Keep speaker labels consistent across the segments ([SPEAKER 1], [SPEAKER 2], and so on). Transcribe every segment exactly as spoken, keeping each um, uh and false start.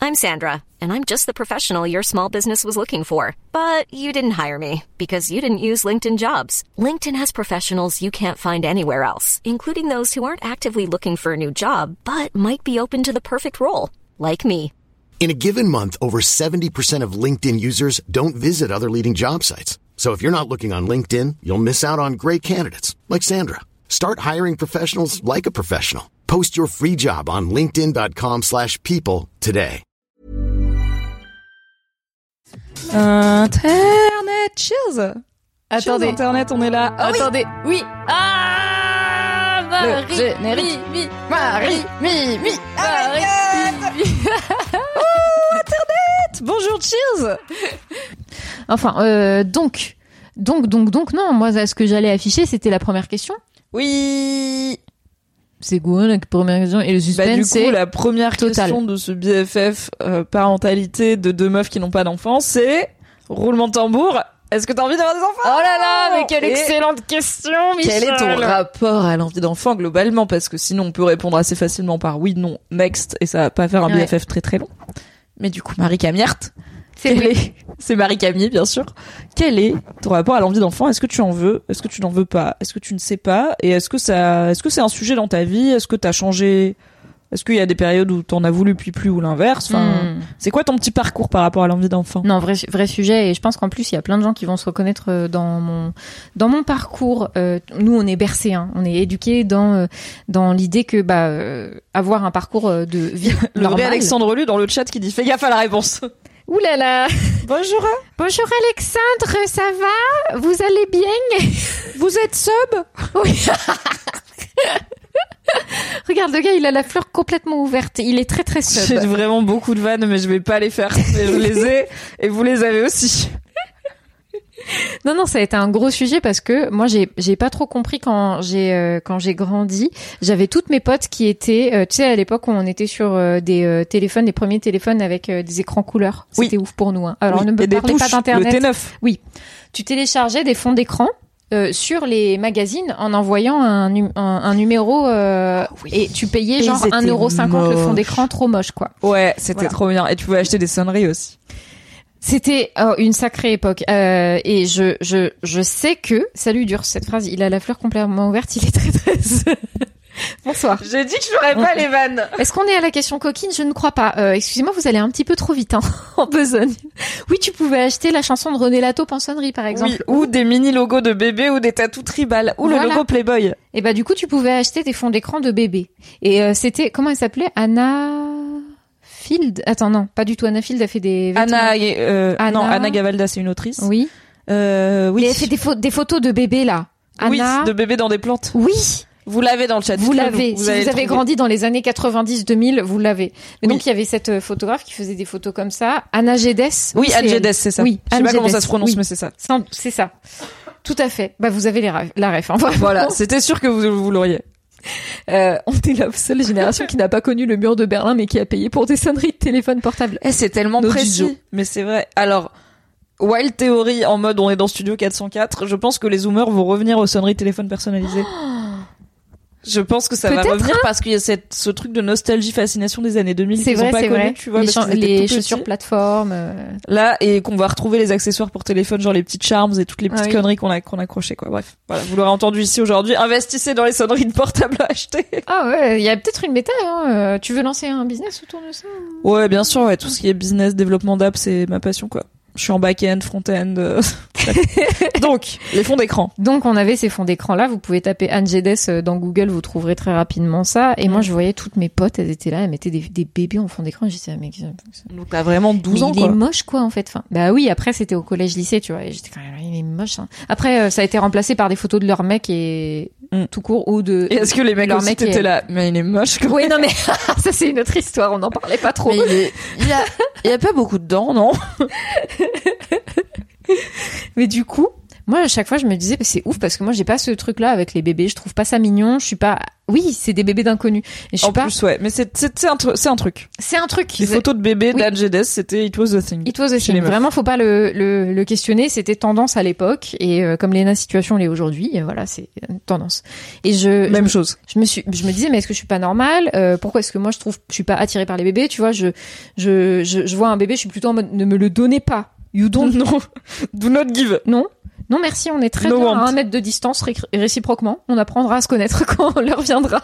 [SPEAKER 1] I'm Sandra, and I'm just the professional your small business was looking for. But you didn't hire me because you didn't use LinkedIn Jobs. LinkedIn has professionals you can't find anywhere else, including those who aren't actively looking for a new job, but might be open to the perfect role, like me.
[SPEAKER 2] In a given month, over seventy percent of LinkedIn users don't visit other leading job sites. So if you're not looking on LinkedIn, you'll miss out on great candidates, like Sandra. Start hiring professionals like a professional. Post your free job on linkedin.com slash people today.
[SPEAKER 3] Internet, cheers.
[SPEAKER 4] Attendez.
[SPEAKER 3] Cheers, Internet, on est là.
[SPEAKER 4] Oh, attendez, oui. oui. Ah, Marie,
[SPEAKER 3] le générique.
[SPEAKER 4] Mi, mi, Marie, mi, mi, Marie, mi, mi.
[SPEAKER 3] Oh, Internet. Bonjour, cheers.
[SPEAKER 4] Enfin, euh, donc, donc, donc, donc, non. Moi, ce que j'allais afficher, c'était la première question.
[SPEAKER 3] Oui.
[SPEAKER 4] C'est quoi la première question? Et le suspense,
[SPEAKER 3] bah, du coup,
[SPEAKER 4] c'est
[SPEAKER 3] la première
[SPEAKER 4] total.
[SPEAKER 3] question de ce B F F euh, parentalité de deux meufs qui n'ont pas d'enfants, c'est roulement de tambour. Est-ce que t'as envie d'avoir des enfants?
[SPEAKER 4] Oh là là, mais quelle
[SPEAKER 3] Et
[SPEAKER 4] excellente question, Michel.
[SPEAKER 3] Quel est ton rapport à l'envie d'enfant globalement? Parce que sinon, on peut répondre assez facilement par oui, non, next, et ça va pas faire un ouais. B F F très très long. Mais du coup, Marie Camiert, c'est est... c'est Marie Camille, bien sûr. Quel est ton rapport à l'envie d'enfant? Est-ce que tu en veux? Est-ce que tu n'en veux pas? Est-ce que tu ne sais pas? Et est-ce que ça, est-ce que c'est un sujet dans ta vie? Est-ce que t'as changé? Est-ce qu'il y a des périodes où t'en as voulu puis plus ou l'inverse? Enfin, mm. c'est quoi ton petit parcours par rapport à l'envie d'enfant?
[SPEAKER 4] Non, vrai, vrai sujet. Et je pense qu'en plus, il y a plein de gens qui vont se reconnaître dans mon, dans mon parcours. Euh, nous, on est bercés, hein. On est éduqués dans, euh, dans l'idée que, bah, euh, avoir un parcours de vie
[SPEAKER 3] Le vrai Alexandre Lu dans le chat qui dit fais gaffe à la réponse.
[SPEAKER 4] Ouh là là.
[SPEAKER 3] Bonjour.
[SPEAKER 4] Bonjour Alexandre, ça va? Vous allez bien?
[SPEAKER 3] Vous êtes sub?
[SPEAKER 4] Oui. Regarde, le gars, il a la fleur complètement ouverte. Il est très très sub.
[SPEAKER 3] J'ai vraiment beaucoup de vannes, mais je vais pas les faire. Mais je les ai, et vous les avez aussi.
[SPEAKER 4] Non, non, ça a été un gros sujet parce que moi, j'ai, j'ai pas trop compris quand j'ai, euh, quand j'ai grandi. J'avais toutes mes potes qui étaient, euh, tu sais, à l'époque où on était sur euh, des euh, téléphones, des premiers téléphones avec euh, des écrans couleurs. C'était oui. ouf pour nous, hein. Alors,
[SPEAKER 3] oui.
[SPEAKER 4] ne me
[SPEAKER 3] et
[SPEAKER 4] parlez pas d'internet.
[SPEAKER 3] Le T neuf.
[SPEAKER 4] Oui. Tu téléchargeais des fonds d'écran. Euh, sur les magazines en envoyant un, un, un numéro euh, oh oui. et tu payais genre un euro cinquante le fond d'écran, trop moche quoi.
[SPEAKER 3] Ouais, c'était voilà. trop bien. Et tu pouvais acheter des sonneries aussi.
[SPEAKER 4] C'était oh, une sacrée époque. Euh, et je, je, je sais que, salut Dur, cette phrase, il a la fleur complètement ouverte, il est très très... Bonsoir.
[SPEAKER 3] J'ai dit que je ferais pas les vannes.
[SPEAKER 4] Est-ce qu'on est à la question coquine? Je ne crois pas. Euh, excusez-moi, vous allez un petit peu trop vite, hein, en besogne. Oui, tu pouvais acheter la chanson de René Lataupe en sonnerie, par exemple.
[SPEAKER 3] Oui, ou des mini logos de bébé ou des tatous tribal ou voilà. Le logo Playboy.
[SPEAKER 4] Et bah, du coup, tu pouvais acheter des fonds d'écran de bébé. Et euh, c'était, comment elle s'appelait? Anna Field? Attends, non, pas du tout. Anna Field a fait des vêtements.
[SPEAKER 3] Anna, euh, Anna... non, Anna Gavalda, c'est une autrice.
[SPEAKER 4] Oui.
[SPEAKER 3] Euh, oui.
[SPEAKER 4] Et elle fait des, pho- des photos de bébés, là. Anna...
[SPEAKER 3] Oui, de bébés dans des plantes.
[SPEAKER 4] Oui.
[SPEAKER 3] Vous l'avez dans le chat.
[SPEAKER 4] Vous l'avez. Vous si vous avez grandi dans les années quatre-vingt-dix deux mille, vous l'avez. Mais oui. Donc, il y avait cette photographe qui faisait des photos comme ça. Anna Gedes.
[SPEAKER 3] Oui, Anna Gedes, c'est ça.
[SPEAKER 4] Oui.
[SPEAKER 3] Je sais pas comment ça se prononce, oui. Mais c'est ça.
[SPEAKER 4] C'est ça. Tout à fait. Bah, vous avez les ref, la ref, hein,
[SPEAKER 3] voilà. C'était sûr que vous, vous l'auriez.
[SPEAKER 4] Euh, on est la seule génération qui n'a pas connu le mur de Berlin, mais qui a payé pour des sonneries de téléphone portable.
[SPEAKER 3] Eh, c'est tellement Nos précis. Dijo. Mais c'est vrai. Alors, Wild Theory en mode on est dans Studio quatre cent quatre, je pense que les zoomers vont revenir aux sonneries de téléphone personnalisées. Oh Je pense que ça
[SPEAKER 4] Peut-être
[SPEAKER 3] va revenir
[SPEAKER 4] hein
[SPEAKER 3] parce qu'il y a cette, ce truc de nostalgie, fascination des années deux mille
[SPEAKER 4] c'est
[SPEAKER 3] qu'ils
[SPEAKER 4] vrai,
[SPEAKER 3] ont pas
[SPEAKER 4] c'est
[SPEAKER 3] connu,
[SPEAKER 4] vrai.
[SPEAKER 3] tu vois.
[SPEAKER 4] Les, ch- les chaussures plateforme. Euh...
[SPEAKER 3] Là, et qu'on va retrouver les accessoires pour téléphone, genre les petites charms et toutes les petites
[SPEAKER 4] ah, oui.
[SPEAKER 3] conneries qu'on a, qu'on a accrochées, quoi. Bref. Voilà. Vous l'aurez entendu ici aujourd'hui. Investissez dans les sonneries de portable à acheter.
[SPEAKER 4] Ah ouais, il y a peut-être une méta, hein. Euh, tu veux lancer un business autour de ça? Ou...
[SPEAKER 3] Ouais, bien sûr, ouais. Tout ce qui est business, développement d'app, c'est ma passion, quoi. Je suis en back-end, front-end. Euh... Donc, les fonds d'écran.
[SPEAKER 4] Donc, on avait ces fonds d'écran-là. Vous pouvez taper Anne Gedes dans Google, vous trouverez très rapidement ça. Et mmh. moi, je voyais toutes mes potes, elles étaient là, elles mettaient des, des bébés en fond d'écran. Et j'étais là, mec.
[SPEAKER 3] Donc, t'as vraiment douze
[SPEAKER 4] mais
[SPEAKER 3] ans,
[SPEAKER 4] il
[SPEAKER 3] quoi.
[SPEAKER 4] Il est moche, quoi, en fait. Enfin, bah oui, après, c'était au collège-lycée, tu vois. Et j'étais quand même, il est moche, hein. Après, euh, ça a été remplacé par des photos de leur mec et mmh. tout court, ou de.
[SPEAKER 3] Et est-ce que les mecs aussi étaient et... là? Mais il est moche, quoi.
[SPEAKER 4] Oui, non, mais ça, c'est une autre histoire. On n'en parlait pas trop.
[SPEAKER 3] Mais il, est... il y a, il y a pas beaucoup de dents, non?
[SPEAKER 4] Mais du coup, moi à chaque fois je me disais bah, c'est ouf parce que moi j'ai pas ce truc là avec les bébés, je trouve pas ça mignon, je suis pas oui c'est des bébés d'inconnus et je suis
[SPEAKER 3] en
[SPEAKER 4] pas
[SPEAKER 3] plus ouais mais c'est c'est c'est un truc c'est un truc
[SPEAKER 4] c'est un truc
[SPEAKER 3] les photos de bébés oui. d'Adjedes c'était it was a thing
[SPEAKER 4] it was a thing vraiment faut pas le, le le questionner, c'était tendance à l'époque et euh, comme Léna situation l'est aujourd'hui euh, voilà c'est une tendance et je
[SPEAKER 3] même
[SPEAKER 4] je,
[SPEAKER 3] chose
[SPEAKER 4] je me suis je me disais mais est-ce que je suis pas normale, euh, pourquoi est-ce que moi je trouve je suis pas attirée par les bébés, tu vois, je je je, je vois un bébé, je suis plutôt en mode ne me le donnez pas, you don't
[SPEAKER 3] know do not give
[SPEAKER 4] non Non merci, on est très
[SPEAKER 3] no
[SPEAKER 4] bien
[SPEAKER 3] want.
[SPEAKER 4] à un mètre de distance ré- réciproquement. On apprendra à se connaître quand l'heure viendra.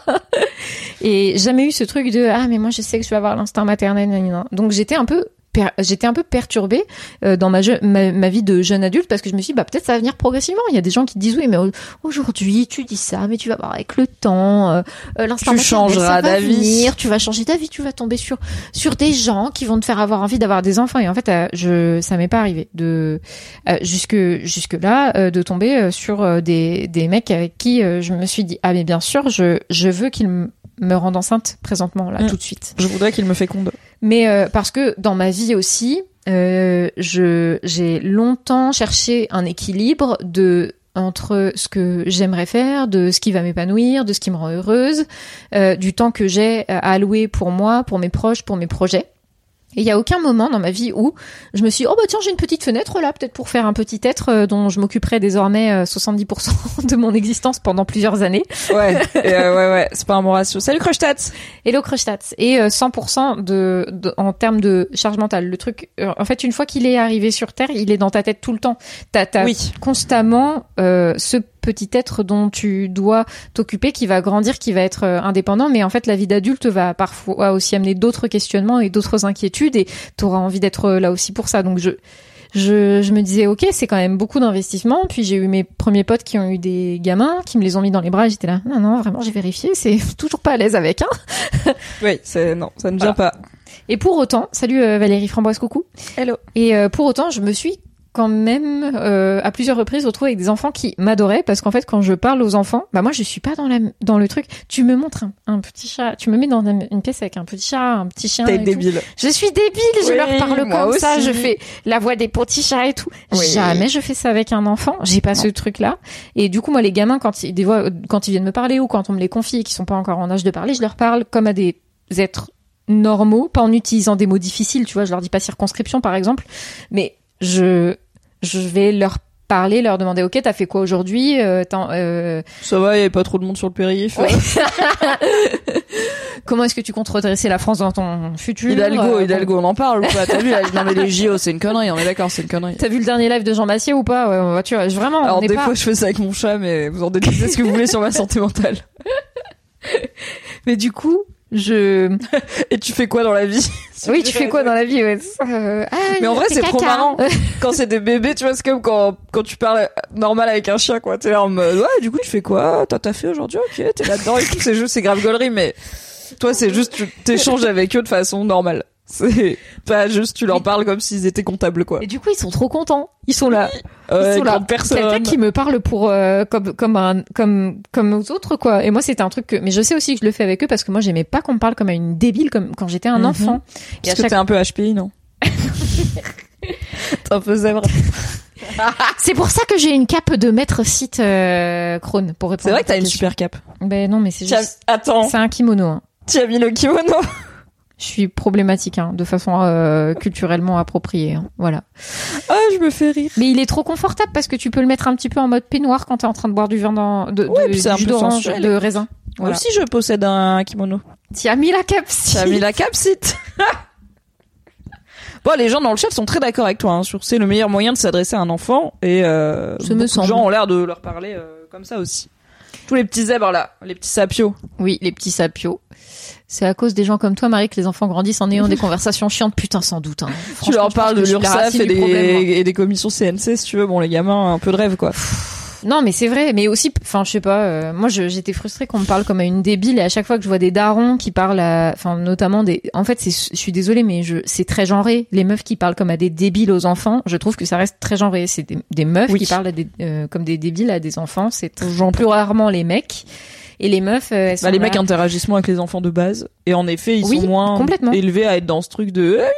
[SPEAKER 4] Et jamais eu ce truc de ah mais moi je sais que je vais avoir l'instinct maternel. Nan, nan. Donc j'étais un peu per- j'étais un peu perturbée euh, dans ma, je- ma ma vie de jeune adulte parce que je me suis dit, bah peut-être ça va venir progressivement. Il y a des gens qui disent oui mais aujourd'hui tu dis ça mais tu vas voir avec le temps euh, l'instinct
[SPEAKER 3] tu
[SPEAKER 4] maternel
[SPEAKER 3] changeras
[SPEAKER 4] ça va
[SPEAKER 3] d'avis.
[SPEAKER 4] venir, tu vas changer d'avis, tu vas tomber sur sur des gens qui vont te faire avoir envie d'avoir des enfants et en fait euh, je ça m'est pas arrivé de euh, jusque jusque là euh, de tomber euh, sur euh, des des mecs avec qui euh, je me suis dit ah mais bien sûr je je veux qu'ils m- me rendent enceinte présentement là mmh. tout de suite.
[SPEAKER 3] Je voudrais qu'il me féconde.
[SPEAKER 4] Mais euh, parce que dans ma vie aussi, euh, je j'ai longtemps cherché un équilibre de entre ce que j'aimerais faire, de ce qui va m'épanouir, de ce qui me rend heureuse, euh, du temps que j'ai à allouer pour moi, pour mes proches, pour mes projets. Et il y a aucun moment dans ma vie où je me suis dit, oh bah tiens, j'ai une petite fenêtre là, peut-être pour faire un petit être euh, dont je m'occuperai désormais euh, soixante-dix pour cent de mon existence pendant plusieurs années.
[SPEAKER 3] Ouais, et euh, ouais, ouais, c'est pas un bon ratio. Salut Crushtats.
[SPEAKER 4] Hello Crushtats. Et euh, cent pour cent de, de, en termes de charge mentale. Le truc, euh, en fait, une fois qu'il est arrivé sur Terre, il est dans ta tête tout le temps. T'as, t'as
[SPEAKER 3] oui.
[SPEAKER 4] constamment euh, ce petit être dont tu dois t'occuper, qui va grandir, qui va être euh, indépendant, mais en fait la vie d'adulte va parfois aussi amener d'autres questionnements et d'autres inquiétudes et t'auras envie d'être là aussi pour ça. Donc je je je me disais ok, c'est quand même beaucoup d'investissement. Puis j'ai eu mes premiers potes qui ont eu des gamins, qui me les ont mis dans les bras et j'étais là non non vraiment j'ai vérifié, c'est toujours pas à l'aise avec hein.
[SPEAKER 3] Oui, c'est non, ça ne vient
[SPEAKER 4] voilà.
[SPEAKER 3] pas.
[SPEAKER 4] Et pour autant, salut euh, Valérie Framboise, coucou.
[SPEAKER 3] Hello.
[SPEAKER 4] Et euh, pour autant, je me suis quand même euh, à plusieurs reprises retrouvée avec des enfants qui m'adoraient parce qu'en fait quand je parle aux enfants, bah moi je suis pas dans la dans le truc. Tu me montres un, un petit chat, tu me mets dans une pièce avec un petit chat, un petit chien.
[SPEAKER 3] T'es
[SPEAKER 4] et
[SPEAKER 3] débile.
[SPEAKER 4] Tout. Je suis débile, je
[SPEAKER 3] oui,
[SPEAKER 4] leur parle comme
[SPEAKER 3] aussi.
[SPEAKER 4] ça, je fais la voix des petits chats et tout. Oui. Jamais je fais ça avec un enfant. J'ai pas non. ce truc là. Et du coup moi les gamins quand ils des voix, quand ils viennent me parler ou quand on me les confie et qui sont pas encore en âge de parler, je leur parle comme à des êtres normaux, pas en utilisant des mots difficiles. Tu vois, je leur dis pas circonscription par exemple, mais je je vais leur parler, leur demander ok t'as fait quoi aujourd'hui, euh, euh...
[SPEAKER 3] ça va, il y avait pas trop de monde sur le périph.
[SPEAKER 4] Ouais. Comment est-ce que tu comptes redresser la France dans ton futur?
[SPEAKER 3] Hidalgo,
[SPEAKER 4] euh,
[SPEAKER 3] Hidalgo, on en parle ou pas? T'as vu là, non mais les J O c'est une connerie, on est d'accord, c'est une connerie.
[SPEAKER 4] T'as vu le dernier live de Jean Massier ou pas? Ouais, ouais, tu vois, vraiment.
[SPEAKER 3] Alors
[SPEAKER 4] on est
[SPEAKER 3] des
[SPEAKER 4] pas...
[SPEAKER 3] fois je fais ça avec mon chat, mais vous en déduisez ce que vous voulez sur ma santé mentale.
[SPEAKER 4] Mais du coup, je.
[SPEAKER 3] Et tu fais quoi dans la vie?
[SPEAKER 4] Oui, tu fais quoi dans la vie? Ouais. Euh... Ah,
[SPEAKER 3] mais en vrai, c'est
[SPEAKER 4] caca.
[SPEAKER 3] trop marrant. Quand c'est des bébés, tu vois, c'est comme quand, quand tu parles normal avec un chien, quoi. T'es là en mode, ouais, du coup, tu fais quoi? T'as, t'as fait aujourd'hui? Ok, t'es là-dedans et tout. C'est juste, c'est grave gaulerie, mais toi, c'est juste, tu t'échanges avec eux de façon normale. C'est pas juste, tu leur parles comme s'ils étaient comptables, quoi.
[SPEAKER 4] Et du coup, ils sont trop contents. Ils sont là.
[SPEAKER 3] Euh,
[SPEAKER 4] ils sont là.
[SPEAKER 3] Personne.
[SPEAKER 4] Quelqu'un qui me parle pour euh, comme comme un comme comme aux autres, quoi. Et moi, c'était un truc que, mais je sais aussi que je le fais avec eux parce que moi, j'aimais pas qu'on me parle comme à une débile, comme quand j'étais un mm-hmm. enfant.
[SPEAKER 3] Et parce que chaque... t'es un peu H P I, non? T'es un peu zèbre.
[SPEAKER 4] C'est pour ça que j'ai une cape de maître site euh, Krone pour répondre.
[SPEAKER 3] C'est vrai que t'as une super cape.
[SPEAKER 4] Ben non, mais c'est juste.
[SPEAKER 3] Attends.
[SPEAKER 4] C'est un kimono. Hein.
[SPEAKER 3] Tu as mis le kimono.
[SPEAKER 4] Je suis problématique, hein, de façon euh, culturellement appropriée. Hein, voilà.
[SPEAKER 3] Ah, je me fais rire.
[SPEAKER 4] Mais il est trop confortable parce que tu peux le mettre un petit peu en mode peignoir quand t'es en train de boire du vin dans, de,
[SPEAKER 3] ouais,
[SPEAKER 4] de, du jus d'orange, de raisin.
[SPEAKER 3] Voilà. Moi aussi, je possède un kimono.
[SPEAKER 4] Tu as mis la capsite.
[SPEAKER 3] Tu as mis la capsite. Bon, les gens dans le chat sont très d'accord avec toi, hein, sur c'est le meilleur moyen de s'adresser à un enfant et euh,
[SPEAKER 4] beaucoup de
[SPEAKER 3] gens ont l'air de leur parler euh, comme ça aussi. Tous les petits zèbres là, les petits sapios.
[SPEAKER 4] Oui, les petits sapios. C'est à cause des gens comme toi, Marie, que les enfants grandissent en ayant des conversations chiantes. Putain, sans doute. Hein.
[SPEAKER 3] Tu leur parles de l'URSSAF et, des... et des commissions C N C, si tu veux. Bon, les gamins, un peu de rêve, quoi.
[SPEAKER 4] Non, mais c'est vrai. Mais aussi, enfin, je sais pas. Euh, moi, je, j'étais frustrée qu'on me parle comme à une débile. Et à chaque fois que je vois des darons qui parlent, à, enfin, notamment des. En fait, c'est, je suis désolée, mais je, c'est très genré. Les meufs qui parlent comme à des débiles aux enfants, je trouve que ça reste très genré. C'est des, des meufs oui. qui parlent à des, euh, comme des débiles à des enfants. C'est très, plus rarement les mecs. Et les meufs, euh, elles sont
[SPEAKER 3] bah, les
[SPEAKER 4] là...
[SPEAKER 3] mecs interagissent moins avec les enfants de base. Et en effet, ils
[SPEAKER 4] oui,
[SPEAKER 3] sont moins
[SPEAKER 4] complètement.
[SPEAKER 3] élevés à être dans ce truc de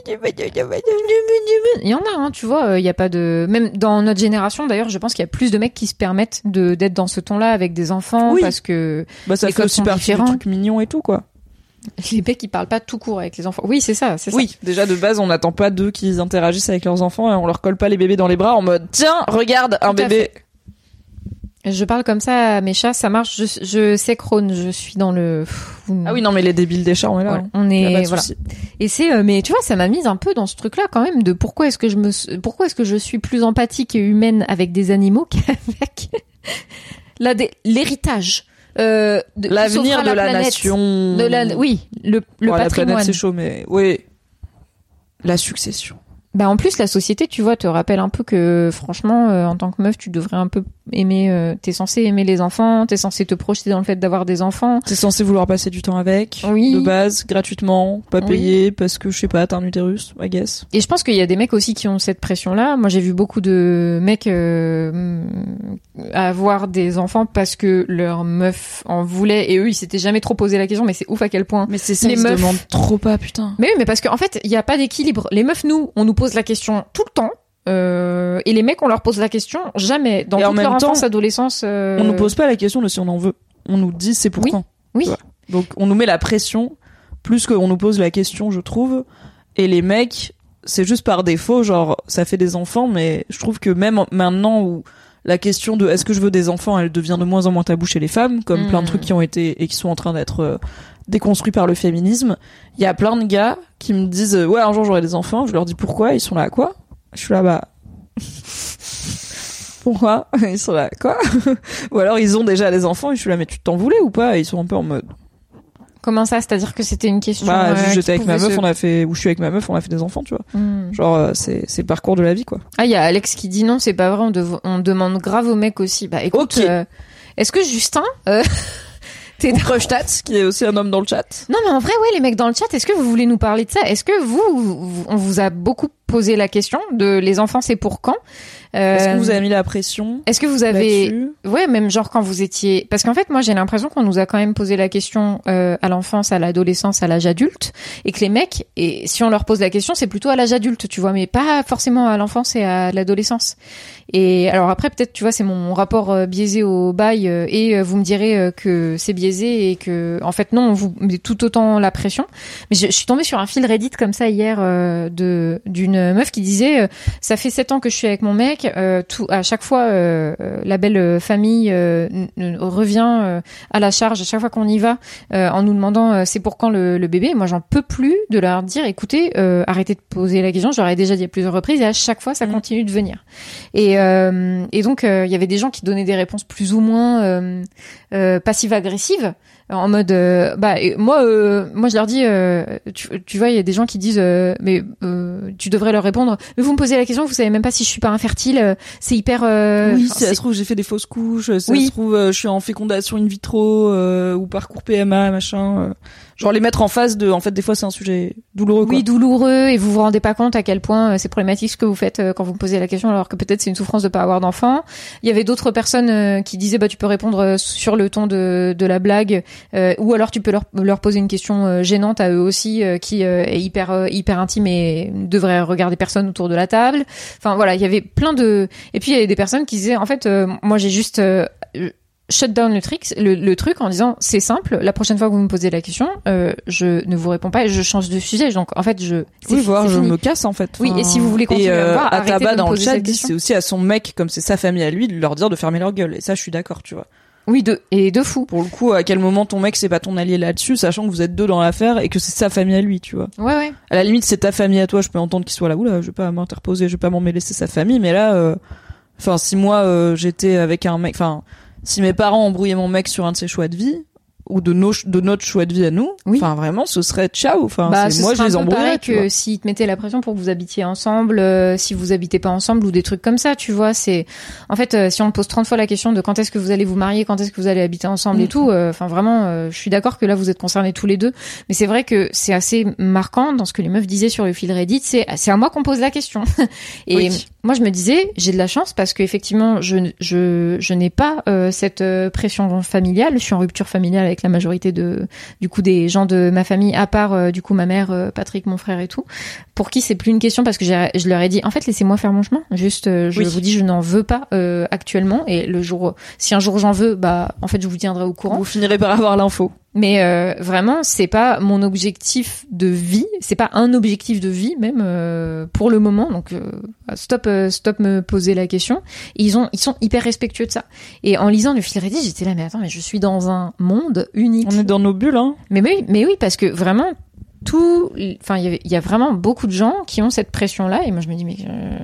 [SPEAKER 4] Il y en a, hein, tu vois, il y a pas de... Même dans notre génération, d'ailleurs, je pense qu'il y a plus de mecs qui se permettent de d'être dans ce ton-là avec des enfants, oui. parce que
[SPEAKER 3] bah, ça
[SPEAKER 4] les
[SPEAKER 3] fait
[SPEAKER 4] codes
[SPEAKER 3] aussi
[SPEAKER 4] sont
[SPEAKER 3] partie
[SPEAKER 4] différents.
[SPEAKER 3] du truc mignon et tout, quoi.
[SPEAKER 4] Les mecs, ils parlent pas tout court avec les enfants. Oui, c'est ça, c'est ça.
[SPEAKER 3] Oui, déjà de base, on n'attend pas d'eux qu'ils interagissent avec leurs enfants et on leur colle pas les bébés dans les bras en mode tiens, regarde un
[SPEAKER 4] Tout à
[SPEAKER 3] bébé.
[SPEAKER 4] fait. Je parle comme ça à mes chats, ça marche. Je, je synchrone, je suis dans le.
[SPEAKER 3] Ah oui, non, mais les débiles des chats, on est là.
[SPEAKER 4] Voilà,
[SPEAKER 3] hein.
[SPEAKER 4] on est voilà.
[SPEAKER 3] Souci.
[SPEAKER 4] Et c'est, euh, mais tu vois, ça m'a mise un peu dans ce truc-là quand même de pourquoi est-ce que je me, pourquoi est-ce que je suis plus empathique et humaine avec des animaux qu'avec la l'héritage. Euh, de,
[SPEAKER 3] L'avenir de la,
[SPEAKER 4] la planète,
[SPEAKER 3] nation.
[SPEAKER 4] De la, oui, le, le
[SPEAKER 3] ouais,
[SPEAKER 4] patrimoine.
[SPEAKER 3] La planète, c'est chaud, mais oui. La succession.
[SPEAKER 4] Bah en plus la société, tu vois, te rappelle un peu que franchement, euh, en tant que meuf, tu devrais un peu aimer. Euh, t'es censé aimer les enfants, t'es censé te projeter dans le fait d'avoir des enfants.
[SPEAKER 3] T'es censé vouloir passer du temps avec.
[SPEAKER 4] Oui.
[SPEAKER 3] De base, gratuitement, pas
[SPEAKER 4] Oui.
[SPEAKER 3] payé parce que je sais pas, t'as un utérus, I guess.
[SPEAKER 4] Et je pense qu'il y a des mecs aussi qui ont cette pression-là. Moi, j'ai vu beaucoup de mecs euh, avoir des enfants parce que leur meuf en voulait et eux, ils s'étaient jamais trop posé la question. Mais c'est ouf à quel point.
[SPEAKER 3] Mais c'est ça,
[SPEAKER 4] les
[SPEAKER 3] ils se
[SPEAKER 4] meufs
[SPEAKER 3] demandent trop pas, putain.
[SPEAKER 4] Mais oui, mais parce qu'en fait, il y a pas d'équilibre. Les meufs, nous, on nous pose la question tout le temps. Euh, et les mecs, on leur pose la question jamais. Dans
[SPEAKER 3] et
[SPEAKER 4] toute leur
[SPEAKER 3] temps,
[SPEAKER 4] enfance, adolescence. Euh...
[SPEAKER 3] On nous pose pas la question de si on en veut. On nous dit c'est pour
[SPEAKER 4] oui.
[SPEAKER 3] quand.
[SPEAKER 4] Oui.
[SPEAKER 3] Donc on nous met la pression plus qu'on nous pose la question, je trouve. Et les mecs, c'est juste par défaut, genre ça fait des enfants, mais je trouve que même maintenant où la question de est-ce que je veux des enfants, elle devient de moins en moins taboue chez les femmes, comme mmh. plein de trucs qui ont été et qui sont en train d'être euh, déconstruits par le féminisme. Il y a plein de gars qui me disent ouais un jour j'aurai des enfants. Je leur dis pourquoi, ils sont là à quoi? Je suis là bah pourquoi ils sont là quoi? Ou alors ils ont déjà des enfants et je suis là mais tu t'en voulais ou pas? Et ils sont un peu en mode
[SPEAKER 4] comment ça? C'est-à-dire que c'était une question.
[SPEAKER 3] Bah,
[SPEAKER 4] euh,
[SPEAKER 3] j'étais avec ma meuf,
[SPEAKER 4] se...
[SPEAKER 3] on a fait, ou je suis avec ma meuf, on a fait des enfants, tu vois.
[SPEAKER 4] Mm.
[SPEAKER 3] Genre, euh, c'est, c'est le parcours de la vie, quoi.
[SPEAKER 4] Ah, il y a Alex qui dit non, c'est pas vrai, on, dev... on demande grave aux mecs aussi. Bah, écoute,
[SPEAKER 3] okay.
[SPEAKER 4] euh, est-ce que Justin, euh...
[SPEAKER 3] t'es Crushtat, qui est aussi un homme dans le chat.
[SPEAKER 4] Non, mais en vrai, ouais, les mecs dans le chat, est-ce que vous voulez nous parler de ça? Est-ce que vous, vous, on vous a beaucoup posé la question de les enfants, c'est pour quand? Euh,
[SPEAKER 3] Est-ce que vous avez mis la pression?
[SPEAKER 4] Est-ce que vous avez, ouais, même genre quand vous étiez, parce qu'en fait, moi, j'ai l'impression qu'on nous a quand même posé la question euh, à l'enfance, à l'adolescence, à l'âge adulte, et que les mecs, et si on leur pose la question, c'est plutôt à l'âge adulte, tu vois, mais pas forcément à l'enfance et à l'adolescence. Et alors après, peut-être, tu vois, c'est mon rapport euh, biaisé au bail, euh, et euh, vous me direz euh, que c'est biaisé et que, en fait, non, on vous met tout autant la pression. Mais je, je suis tombée sur un fil Reddit comme ça hier euh, de d'une meuf qui disait, euh, ça fait sept ans que je suis avec mon mec. Euh, tout, à chaque fois, euh, la belle famille euh, n- n- revient euh, à la charge à chaque fois qu'on y va euh, en nous demandant euh, c'est pour quand le, le bébé. Moi, j'en peux plus de leur dire écoutez, euh, arrêtez de poser la question. Je leur ai déjà dit à plusieurs reprises et à chaque fois, ça mmh. continue de venir. Et, euh, et donc, il euh, y avait des gens qui donnaient des réponses plus ou moins euh, euh, passives-agressives. En mode euh, bah moi euh, moi je leur dis euh, tu, tu vois il y a des gens qui disent euh, mais euh, tu devrais leur répondre mais vous me posez la question vous savez même pas si je suis pas infertile euh, c'est hyper euh,
[SPEAKER 3] oui si ça se trouve j'ai fait des fausses couches si
[SPEAKER 4] oui.
[SPEAKER 3] ça se trouve euh, je suis en fécondation in vitro euh, ou parcours P M A machin euh. Genre les mettre en face de en fait des fois c'est un sujet douloureux quoi.
[SPEAKER 4] Oui douloureux et vous vous rendez pas compte à quel point euh, c'est problématique ce que vous faites euh, quand vous me posez la question alors que peut-être c'est une souffrance de pas avoir d'enfant. Il y avait d'autres personnes euh, qui disaient bah tu peux répondre euh, sur le ton de de la blague euh, ou alors tu peux leur leur poser une question euh, gênante à eux aussi euh, qui euh, est hyper euh, hyper intime et devrait regarder personne autour de la table. Enfin voilà, il y avait plein de et puis il y avait des personnes qui disaient en fait euh, moi j'ai juste euh, shut down le truc, le, le truc en disant c'est simple, la prochaine fois que vous me posez la question, euh, je ne vous réponds pas et je change de sujet. Donc en fait je
[SPEAKER 3] oui voir je me casse en fait.
[SPEAKER 4] Oui enfin, et si vous voulez continuer
[SPEAKER 3] et, euh,
[SPEAKER 4] à me voir,
[SPEAKER 3] à
[SPEAKER 4] arrêtez
[SPEAKER 3] Tabac
[SPEAKER 4] de me
[SPEAKER 3] dans
[SPEAKER 4] poser
[SPEAKER 3] le chat
[SPEAKER 4] cette
[SPEAKER 3] dit
[SPEAKER 4] question.
[SPEAKER 3] c'est aussi à son mec comme c'est sa famille à lui de leur dire de fermer leur gueule et ça je suis d'accord tu vois.
[SPEAKER 4] Oui de et de fou.
[SPEAKER 3] Pour le coup à quel moment ton mec c'est pas ton allié là-dessus sachant que vous êtes deux dans l'affaire et que c'est sa famille à lui tu vois.
[SPEAKER 4] Ouais ouais.
[SPEAKER 3] À la limite c'est ta famille à toi je peux entendre qu'il soit là oula je vais pas m'interposer je vais pas m'en mêler c'est sa famille mais là enfin euh, si moi euh, j'étais avec un mec enfin si mes parents embrouillaient mon mec sur un de ses choix de vie ou de nos de notre choix de vie à nous,
[SPEAKER 4] oui.
[SPEAKER 3] enfin vraiment ce serait ciao, enfin
[SPEAKER 4] bah,
[SPEAKER 3] c'est moi je les embrouillerais
[SPEAKER 4] que s'ils te mettaient la pression pour que vous habitiez ensemble, euh, si vous habitez pas ensemble ou des trucs comme ça, tu vois, c'est en fait euh, si on te pose trente fois la question de quand est-ce que vous allez vous marier, quand est-ce que vous allez habiter ensemble mmh. et tout, enfin euh, vraiment euh, je suis d'accord que là vous êtes concernés tous les deux, mais c'est vrai que c'est assez marquant dans ce que les meufs disaient sur le fil Reddit, c'est c'est à moi qu'on pose la question. et
[SPEAKER 3] oui.
[SPEAKER 4] moi, je me disais, j'ai de la chance parce qu'effectivement, je, je, je n'ai pas euh, cette euh, pression familiale. Je suis en rupture familiale avec la majorité de, du coup, des gens de ma famille, à part euh, du coup ma mère, euh, Patrick, mon frère et tout. Pour qui c'est plus une question parce que j'ai, je leur ai dit, en fait, laissez-moi faire mon chemin. Juste, euh, je oui. vous dis, je n'en veux pas euh, actuellement. Et le jour, si un jour j'en veux, bah, en fait, je vous tiendrai au courant.
[SPEAKER 3] Vous finirez par avoir l'info.
[SPEAKER 4] Mais euh, vraiment, c'est pas mon objectif de vie, c'est pas un objectif de vie même euh, pour le moment. Donc euh, stop, euh, stop me poser la question. Et ils ont, ils sont hyper respectueux de ça. Et en lisant le fil Reddit, j'étais là, mais attends, mais je suis dans un monde unique.
[SPEAKER 3] On est dans nos bulles, hein.
[SPEAKER 4] Mais oui, mais oui, parce que vraiment tout, enfin il y, y a vraiment beaucoup de gens qui ont cette pression-là. Et moi je me dis mais euh,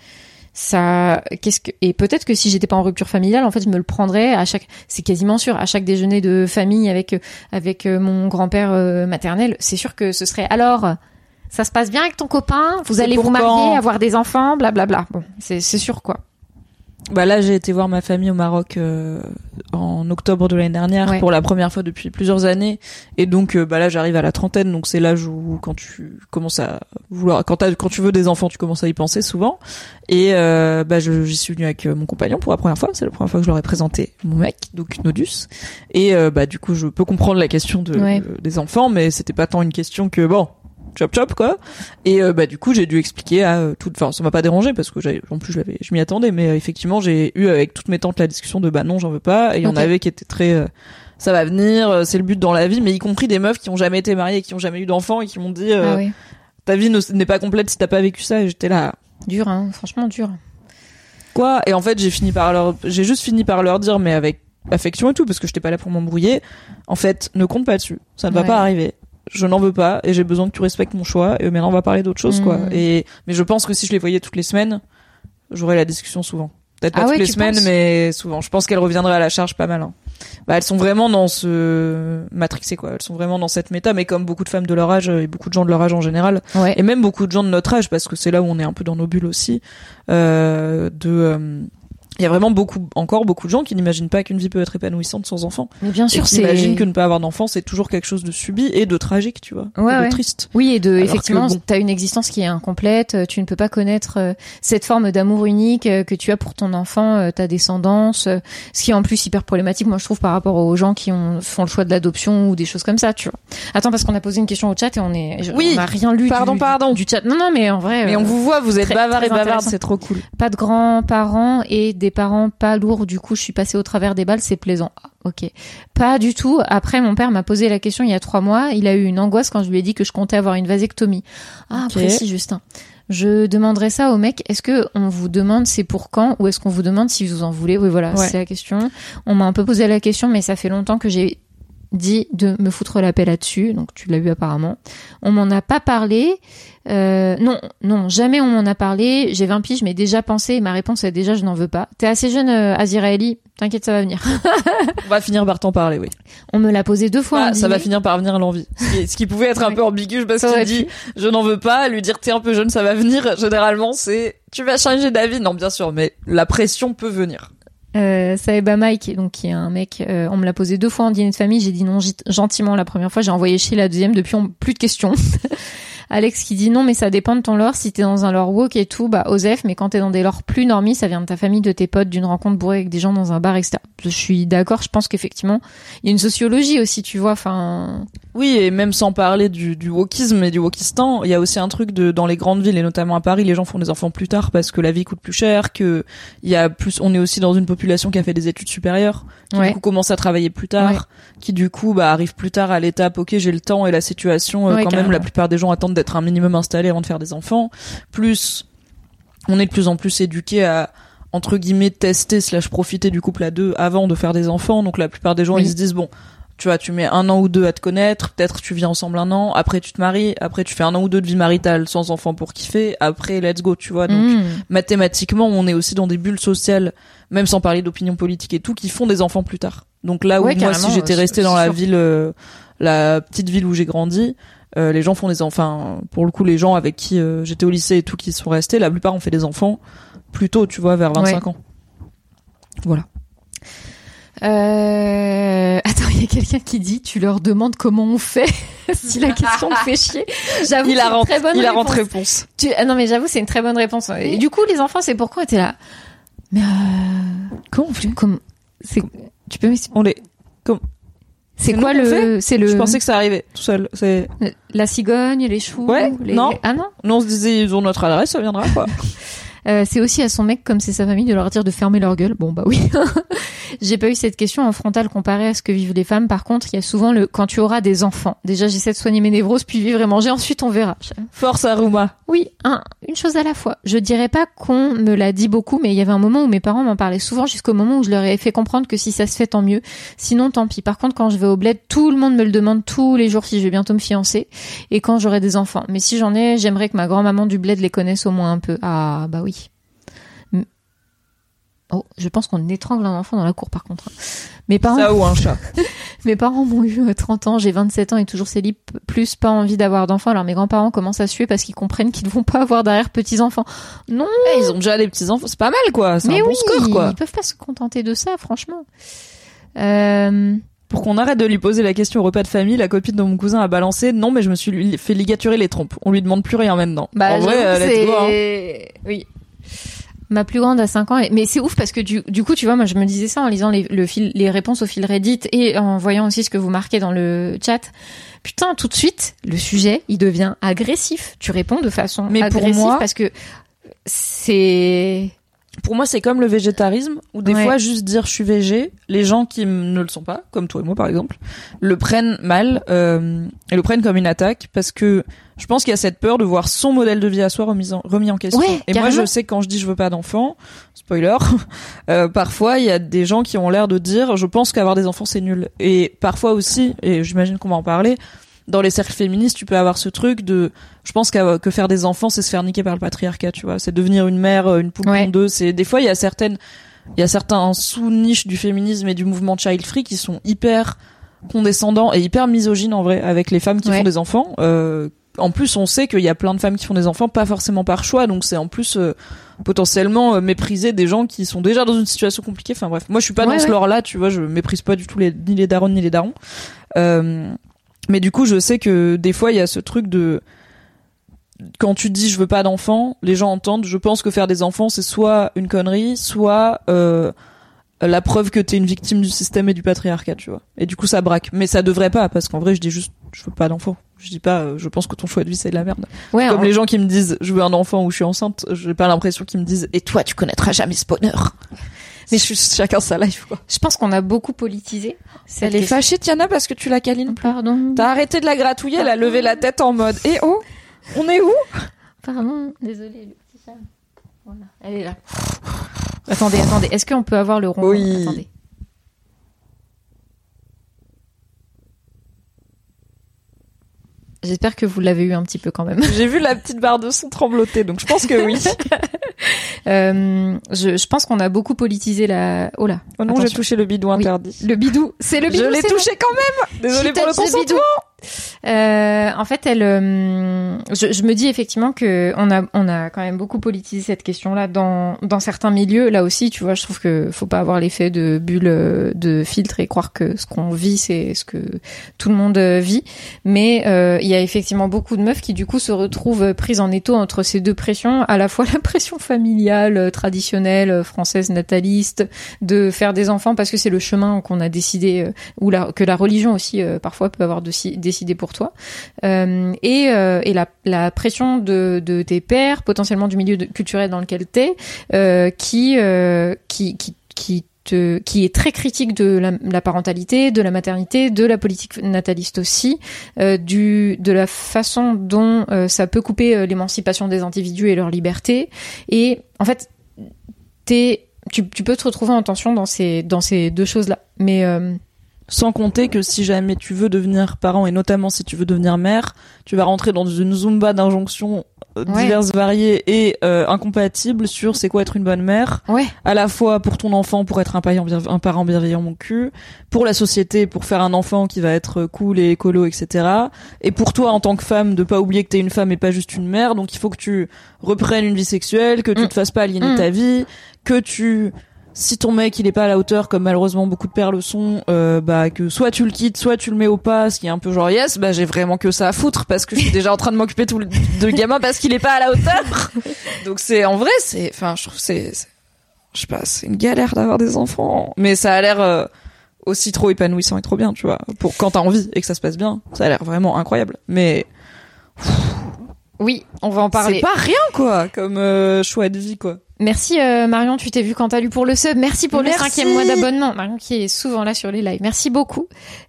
[SPEAKER 4] ça, qu'est-ce que, et peut-être que si j'étais pas en rupture familiale, en fait, je me le prendrais à chaque, c'est quasiment sûr, à chaque déjeuner de famille avec, avec mon grand-père euh, maternel, c'est sûr que ce serait, alors, ça se passe bien avec ton copain, vous c'est allez vous marier, quand... avoir des enfants, blablabla. Bon, c'est, c'est sûr, quoi.
[SPEAKER 3] Bah là, j'ai été voir ma famille au Maroc euh, en octobre de l'année dernière ouais. pour la première fois depuis plusieurs années, et donc euh, bah là, j'arrive à la trentaine, donc c'est l'âge où quand tu commences à vouloir, quand t'as, quand tu veux des enfants, tu commences à y penser souvent. Et euh, bah je, j'y suis venue avec mon compagnon pour la première fois. C'est la première fois que je leur ai présenté mon mec, donc Nodus. Et euh, bah du coup, je peux comprendre la question de ouais. euh, des enfants, mais c'était pas tant une question que bon. Chop chop quoi. Et euh, bah du coup j'ai dû expliquer à euh, toute, enfin ça m'a pas dérangé parce que j'avais, en plus je l'avais, je m'y attendais, mais euh, effectivement j'ai eu avec toutes mes tantes la discussion de bah non j'en veux pas. Et il y en okay. avait qui étaient très euh, ça va venir, euh, c'est le but dans la vie, mais y compris des meufs qui ont jamais été mariées, qui ont jamais eu d'enfants et qui m'ont dit euh, ah oui. ta vie ne, n'est pas complète si t'as pas vécu ça. Et j'étais là
[SPEAKER 4] dur hein, franchement dur.
[SPEAKER 3] Quoi. Et en fait j'ai fini par leur, j'ai juste fini par leur dire mais avec affection et tout parce que j'étais pas là pour m'embrouiller. En fait ne compte pas dessus, ça ne ouais. va pas arriver. Je n'en veux pas et j'ai besoin que tu respectes mon choix et maintenant on va parler d'autre chose mmh. quoi. Et mais je pense que si je les voyais toutes les semaines, j'aurais la discussion souvent. Peut-être pas ah toutes ouais, les semaines penses mais souvent. Je pense qu'elles reviendraient à la charge pas mal hein. Bah elles sont vraiment dans ce matrixé quoi. Elles sont vraiment dans cette méta mais comme beaucoup de femmes de leur âge et beaucoup de gens de leur âge en général ouais. et même beaucoup de gens de notre âge parce que c'est là où on est un peu dans nos bulles aussi euh de euh, il y a vraiment beaucoup, encore beaucoup de gens qui n'imaginent pas qu'une vie peut être épanouissante sans enfant.
[SPEAKER 4] Mais bien sûr,
[SPEAKER 3] c'est. Imaginent que ne pas avoir d'enfant, c'est toujours quelque chose de subi et de tragique, tu vois.
[SPEAKER 4] Ouais,
[SPEAKER 3] et de
[SPEAKER 4] ouais.
[SPEAKER 3] triste.
[SPEAKER 4] Oui, et de,
[SPEAKER 3] alors
[SPEAKER 4] effectivement,
[SPEAKER 3] bon,
[SPEAKER 4] t'as une existence qui est incomplète, tu ne peux pas connaître euh, cette forme d'amour unique euh, que tu as pour ton enfant, euh, ta descendance, euh, ce qui est en plus hyper problématique, moi, je trouve, par rapport aux gens qui ont, font le choix de l'adoption ou des choses comme ça, tu vois. Attends, parce qu'on a posé une question au chat et on est,
[SPEAKER 3] oui,
[SPEAKER 4] on a rien lu
[SPEAKER 3] pardon,
[SPEAKER 4] du,
[SPEAKER 3] pardon.
[SPEAKER 4] Du, du chat. Non, non, mais en vrai.
[SPEAKER 3] Mais
[SPEAKER 4] euh,
[SPEAKER 3] on vous voit, vous êtes
[SPEAKER 4] très,
[SPEAKER 3] bavard
[SPEAKER 4] très
[SPEAKER 3] et bavarde, c'est trop cool.
[SPEAKER 4] Pas de grands-parents et des parents pas lourds, du coup, je suis passée au travers des balles, c'est plaisant. Ah, ok. Pas du tout. Après, mon père m'a posé la question il y a trois mois. Il a eu une angoisse quand je lui ai dit que je comptais avoir une vasectomie. Ah, okay. Précis, Justin. Je demanderais ça au mec. Est-ce que on vous demande c'est pour quand ou est-ce qu'on vous demande si vous en voulez? Oui, voilà, ouais. C'est la question. On m'a un peu posé la question, mais ça fait longtemps que j'ai dit de me foutre la paix là-dessus. Donc, tu l'as vu apparemment. On m'en a pas parlé. Euh, non, non, jamais on m'en a parlé. J'ai vingt piges, mais déjà pensé. Et ma réponse est déjà, je n'en veux pas. T'es assez jeune, euh, Aziraeli. T'inquiète, ça va venir.
[SPEAKER 3] On va finir par t'en parler, oui.
[SPEAKER 4] On me l'a posé deux fois.
[SPEAKER 3] Ah, ça va finir par venir l'envie. Ce qui, ce qui pouvait être un peu ambigu parce qu'il dit, je n'en veux pas. Lui dire, t'es un peu jeune, ça va venir. Généralement, c'est, tu vas changer d'avis. Non, bien sûr, mais la pression peut venir.
[SPEAKER 4] Euh, Saeba Mike, donc qui est un mec, euh, on me l'a posé deux fois en dîner de famille. J'ai dit non gentiment la première fois. J'ai envoyé chier la deuxième. Depuis, on, plus de questions. Alex qui dit non, mais ça dépend de ton lore. Si t'es dans un lore woke et tout, bah osef. Mais quand t'es dans des lores plus normies, ça vient de ta famille, de tes potes, d'une rencontre bourrée avec des gens dans un bar, et cetera. Je suis d'accord. Je pense qu'effectivement, il y a une sociologie aussi, tu vois. Enfin.
[SPEAKER 3] Oui, et même sans parler du, du wokisme et du wokistan, il y a aussi un truc de dans les grandes villes et notamment à Paris, les gens font des enfants plus tard parce que la vie coûte plus cher, que il y a plus, on est aussi dans une population qui a fait des études supérieures, qui ouais. du coup commence à travailler plus tard, ouais. qui du coup bah arrive plus tard à l'étape ok j'ai le temps et la situation euh, ouais, quand carrément. Même la plupart des gens attendent d'être un minimum installés avant de faire des enfants. Plus on est de plus en plus éduqués à entre guillemets tester slash profiter du couple à deux avant de faire des enfants, donc la plupart des gens oui. ils se disent bon. Tu vois, tu mets un an ou deux à te connaître, peut-être tu vis ensemble un an, après tu te maries, après tu fais un an ou deux de vie maritale sans enfant pour kiffer, après let's go, tu vois. Donc mmh. mathématiquement, on est aussi dans des bulles sociales, même sans parler d'opinion politique et tout, qui font des enfants plus tard. Donc là où ouais, moi, si j'étais restée dans la sûr. ville, euh, la petite ville où j'ai grandi, euh, les gens font des enfants. Pour le coup, les gens avec qui euh, j'étais au lycée et tout qui sont restés, la plupart ont fait des enfants plus tôt, tu vois, vers vingt-cinq ouais. ans. Voilà.
[SPEAKER 4] Euh... Attends, il y a quelqu'un qui dit, tu leur demandes comment on fait si la question te fait chier. J'avoue,
[SPEAKER 3] il
[SPEAKER 4] c'est
[SPEAKER 3] a
[SPEAKER 4] une
[SPEAKER 3] rentre,
[SPEAKER 4] très bonne
[SPEAKER 3] il
[SPEAKER 4] réponse.
[SPEAKER 3] a rentre réponse.
[SPEAKER 4] Tu... Ah non, mais j'avoue, c'est une très bonne réponse. Et du coup, les enfants, c'est pourquoi t'es là. Mais euh...
[SPEAKER 3] comment on fait?
[SPEAKER 4] Comme... C'est... Tu peux m'expliquer?
[SPEAKER 3] On les. Comme...
[SPEAKER 4] C'est, c'est quoi le? C'est le.
[SPEAKER 3] Je pensais que ça arrivait tout seul. C'est
[SPEAKER 4] la cigogne, les choux.
[SPEAKER 3] Ouais.
[SPEAKER 4] Les...
[SPEAKER 3] Non.
[SPEAKER 4] Ah non.
[SPEAKER 3] Non, on se disait ils ont notre adresse, ça viendra quoi.
[SPEAKER 4] Euh, c'est aussi à son mec, comme c'est sa famille, de leur dire de fermer leur gueule. Bon, bah oui. J'ai pas eu cette question en frontal comparée à ce que vivent les femmes. Par contre, il y a souvent le quand tu auras des enfants. Déjà, j'essaie de soigner mes névroses, puis vivre et manger. Ensuite, on verra.
[SPEAKER 3] Force Aruma.
[SPEAKER 4] Oui, un, une chose à la fois. Je dirais pas qu'on me l'a dit beaucoup, mais il y avait un moment où mes parents m'en parlaient souvent, jusqu'au moment où je leur ai fait comprendre que si ça se fait, tant mieux. Sinon, tant pis. Par contre, quand je vais au bled, tout le monde me le demande tous les jours si je vais bientôt me fiancer et quand j'aurai des enfants. Mais si j'en ai, j'aimerais que ma grand-maman du bled les connaisse au moins un peu. Ah, bah oui. Oh, je pense qu'on étrangle un enfant dans la cour par contre. Mes parents,
[SPEAKER 3] ça ou un chat.
[SPEAKER 4] Mes parents m'ont eu à trente ans, j'ai vingt-sept ans et toujours célib, plus pas envie d'avoir d'enfants. Alors mes grands-parents commencent à suer parce qu'ils comprennent qu'ils ne vont pas avoir derrière petits-enfants. Non,
[SPEAKER 3] hey, ils ont déjà des petits-enfants, c'est pas mal quoi, c'est
[SPEAKER 4] mais
[SPEAKER 3] un bon
[SPEAKER 4] oui,
[SPEAKER 3] score quoi.
[SPEAKER 4] Ils peuvent pas se contenter de ça, franchement. Euh...
[SPEAKER 3] Pour qu'on arrête de lui poser la question au repas de famille, la copine de mon cousin a balancé « Non, mais je me suis fait ligaturer les trompes. On lui demande plus rien maintenant. »
[SPEAKER 4] Bah,
[SPEAKER 3] en vrai, euh, let's go, hein.
[SPEAKER 4] Oui. Ma plus grande a cinq ans, mais c'est ouf parce que du, du coup, tu vois, moi je me disais ça en lisant les, le fil, les réponses au fil Reddit et en voyant aussi ce que vous marquez dans le chat. Putain, tout de suite, le sujet, il devient agressif. Tu réponds de façon
[SPEAKER 3] mais
[SPEAKER 4] agressive
[SPEAKER 3] pour moi,
[SPEAKER 4] parce que c'est...
[SPEAKER 3] Pour moi, c'est comme le végétarisme, où des
[SPEAKER 4] ouais.
[SPEAKER 3] fois, juste dire je suis végé, les gens qui ne le sont pas, comme toi et moi par exemple, le prennent mal euh, et le prennent comme une attaque, parce que je pense qu'il y a cette peur de voir son modèle de vie à soi remis en, remis en question.
[SPEAKER 4] Ouais,
[SPEAKER 3] et
[SPEAKER 4] carrément.
[SPEAKER 3] moi, je sais que quand je dis je veux pas d'enfants, spoiler, euh, parfois il y a des gens qui ont l'air de dire je pense qu'avoir des enfants c'est nul. Et parfois aussi, et j'imagine qu'on va en parler, dans les cercles féministes, tu peux avoir ce truc de, je pense qu'à, que faire des enfants, c'est se faire niquer par le patriarcat, tu vois. C'est devenir une mère, une poule
[SPEAKER 4] ouais.
[SPEAKER 3] pondeuse. C'est, des fois, il y a certaines, il y a certains sous-niches du féminisme et du mouvement child free qui sont hyper condescendants et hyper misogynes en vrai, avec les femmes qui
[SPEAKER 4] ouais.
[SPEAKER 3] font des enfants. Euh, en plus, on sait qu'il y a plein de femmes qui font des enfants, pas forcément par choix, donc c'est en plus, euh, potentiellement, euh, mépriser des gens qui sont déjà dans une situation compliquée. Enfin bref. Moi, je suis pas
[SPEAKER 4] ouais,
[SPEAKER 3] dans ce
[SPEAKER 4] ouais.
[SPEAKER 3] lore-là, tu vois, je méprise pas du tout les, ni les darons ni les darons. Euh, Mais du coup, je sais que des fois, il y a ce truc de... Quand tu dis « je veux pas d'enfants », les gens entendent « je pense que faire des enfants, c'est soit une connerie, soit euh, la preuve que t'es une victime du système et du patriarcat, tu vois. » Et du coup, ça braque. Mais ça devrait pas, parce qu'en vrai, je dis juste « je veux pas d'enfants ». Je dis pas euh, « je pense que ton choix de vie, c'est de la merde
[SPEAKER 4] ouais, ».
[SPEAKER 3] Comme
[SPEAKER 4] on...
[SPEAKER 3] les gens qui me disent « je veux un enfant » ou « je suis enceinte », j'ai pas l'impression qu'ils me disent « et toi, tu connaîtras jamais ce bonheur ». Mais je suis chacun sa life, quoi.
[SPEAKER 4] Je pense qu'on a beaucoup politisé.
[SPEAKER 3] Elle est fâchée, Tiana, parce que tu la câlines.
[SPEAKER 4] Pardon.
[SPEAKER 3] T'as arrêté de la gratouiller, elle a levé la tête en mode « Eh oh, on est où ?»
[SPEAKER 4] Pardon, désolée, le petit chat. Voilà, elle est là. Attendez, attendez, est-ce qu'on peut avoir le rond?
[SPEAKER 3] Oui.
[SPEAKER 4] Attendez. J'espère que vous l'avez eu un petit peu quand même.
[SPEAKER 3] J'ai vu la petite barre de son trembloter, donc je pense que oui.
[SPEAKER 4] euh, je, je pense qu'on a beaucoup politisé la... Oh là.
[SPEAKER 3] Oh non,
[SPEAKER 4] attention.
[SPEAKER 3] j'ai touché le bidou interdit.
[SPEAKER 4] Oui, le bidou, c'est le bidou.
[SPEAKER 3] Je l'ai
[SPEAKER 4] c'est
[SPEAKER 3] touché
[SPEAKER 4] vrai.
[SPEAKER 3] quand même. Désolée pour le consentement.
[SPEAKER 4] Euh, en fait, elle, euh, je, je me dis effectivement que on a, on a quand même beaucoup politisé cette question-là dans, dans certains milieux. Là aussi, tu vois, je trouve que faut pas avoir l'effet de bulle de filtre et croire que ce qu'on vit, c'est ce que tout le monde vit. Mais euh, il y a effectivement beaucoup de meufs qui du coup se retrouvent prises en étau entre ces deux pressions, à la fois la pression familiale, traditionnelle, française, nataliste, de faire des enfants parce que c'est le chemin qu'on a décidé, ou la, que la religion aussi euh, parfois peut avoir de, décidé pour toi, euh, et, euh, et la, la pression de, de tes pairs, potentiellement du milieu de, culturel dans lequel t'es, euh, qui, euh, qui, qui, qui te, qui est très critique de la, la parentalité, de la maternité, de la politique nataliste aussi, euh, du, de la façon dont euh, ça peut couper euh, l'émancipation des individus et leur liberté. Et en fait, t'es, tu, tu peux te retrouver en tension dans ces, dans ces deux choses-là. Mais euh,
[SPEAKER 3] sans compter que si jamais tu veux devenir parent, et notamment si tu veux devenir mère, tu vas rentrer dans une zumba d'injonctions
[SPEAKER 4] ouais.
[SPEAKER 3] diverses, variées et euh, incompatibles sur c'est quoi être une bonne mère,
[SPEAKER 4] ouais.
[SPEAKER 3] à la fois pour ton enfant, pour être un parent, un parent bienveillant, mon cul, pour la société, pour faire un enfant qui va être cool et écolo, et cetera. Et pour toi, en tant que femme, de pas oublier que t'es une femme et pas juste une mère, donc il faut que tu reprennes une vie sexuelle, que tu
[SPEAKER 4] mmh.
[SPEAKER 3] te fasses pas aliéner
[SPEAKER 4] mmh.
[SPEAKER 3] ta vie, que tu si ton mec il est pas à la hauteur, comme malheureusement beaucoup de pères le sont, euh, bah que soit tu le quittes, soit tu le mets au pas, ce qui est un peu genre yes, bah j'ai vraiment que ça à foutre parce que je suis déjà en train de m'occuper tout le, de gamin parce qu'il est pas à la hauteur. Donc c'est en vrai, c'est, enfin je trouve c'est, c'est je sais pas, c'est une galère d'avoir des enfants, mais ça a l'air euh, aussi trop épanouissant et trop bien, tu vois, pour quand t'as envie et que ça se passe bien, ça a l'air vraiment incroyable. Mais
[SPEAKER 4] oui, on va en parler.
[SPEAKER 3] C'est pas rien quoi, comme euh, choix de vie quoi.
[SPEAKER 4] Merci euh, Marion, tu t'es vu quand t'as lu pour le sub. Merci pour
[SPEAKER 3] Merci.
[SPEAKER 4] le cinquième mois d'abonnement. Marion qui est souvent là sur les lives. Merci beaucoup.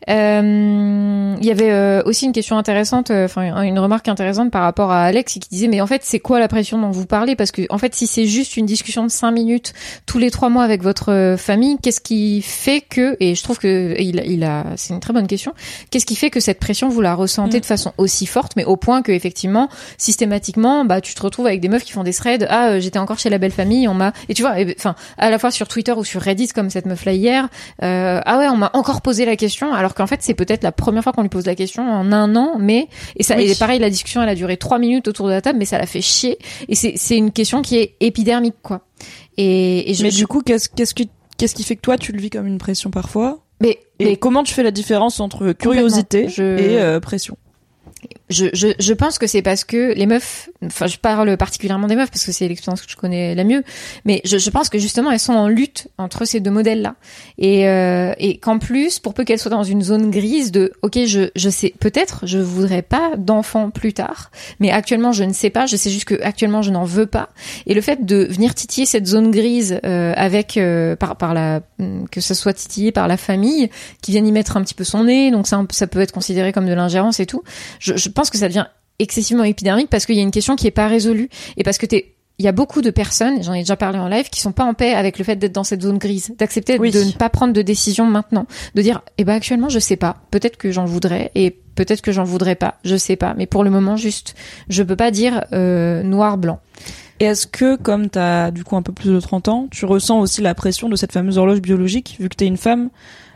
[SPEAKER 4] Euh, il y avait euh, aussi une question intéressante, enfin euh, une remarque intéressante par rapport à Alex qui disait mais en fait c'est quoi la pression dont vous parlez? Parce que en fait si c'est juste une discussion de cinq minutes tous les trois mois avec votre famille, qu'est-ce qui fait que, et je trouve que il, il a, c'est une très bonne question, qu'est-ce qui fait que cette pression vous la ressentez mmh. de façon aussi forte, mais au point que effectivement systématiquement bah tu te retrouves avec des meufs qui font des threads, ah euh, j'étais encore chez la belle famille, on m'a, et tu vois, enfin à la fois sur Twitter ou sur Reddit comme cette meuf là hier, euh, ah ouais on m'a encore posé la question alors qu'en fait c'est peut-être la première fois qu'on lui pose la question en un an, mais et ça, oui. Et pareil la discussion elle a duré trois minutes autour de la table mais ça l'a fait chier et c'est c'est une question qui est épidermique quoi. Et, et je,
[SPEAKER 3] mais
[SPEAKER 4] je...
[SPEAKER 3] du coup qu'est-ce qu'est-ce qui qu'est-ce qui fait que toi tu le vis comme une pression parfois?
[SPEAKER 4] Mais
[SPEAKER 3] et
[SPEAKER 4] mais
[SPEAKER 3] comment tu fais la différence entre curiosité
[SPEAKER 4] je...
[SPEAKER 3] et euh, pression?
[SPEAKER 4] Je, je, je pense que c'est parce que les meufs, enfin je parle particulièrement des meufs parce que c'est l'expérience que je connais la mieux, mais je, je pense que justement elles sont en lutte entre ces deux modèles-là et, euh, et qu'en plus, pour peu qu'elles soient dans une zone grise de, ok, je, je sais, peut-être je voudrais pas d'enfants plus tard, mais actuellement je ne sais pas, je sais juste que actuellement je n'en veux pas, et le fait de venir titiller cette zone grise euh, avec euh, par par la que ça soit titillé par la famille qui vienne y mettre un petit peu son nez, donc ça ça peut être considéré comme de l'ingérence et tout. Je, je pense que ça devient excessivement épidermique parce qu'il y a une question qui est pas résolue et parce que t'es, il y a beaucoup de personnes, j'en ai déjà parlé en live, qui sont pas en paix avec le fait d'être dans cette zone grise, d'accepter oui. de ne pas prendre de décision maintenant, de dire, eh ben actuellement je sais pas, peut-être que j'en voudrais et peut-être que j'en voudrais pas, je sais pas, mais pour le moment juste, je peux pas dire euh, noir blanc.
[SPEAKER 3] Et est-ce que, comme t'as du coup un peu plus de trente ans, tu ressens aussi la pression de cette fameuse horloge biologique, vu que t'es une femme,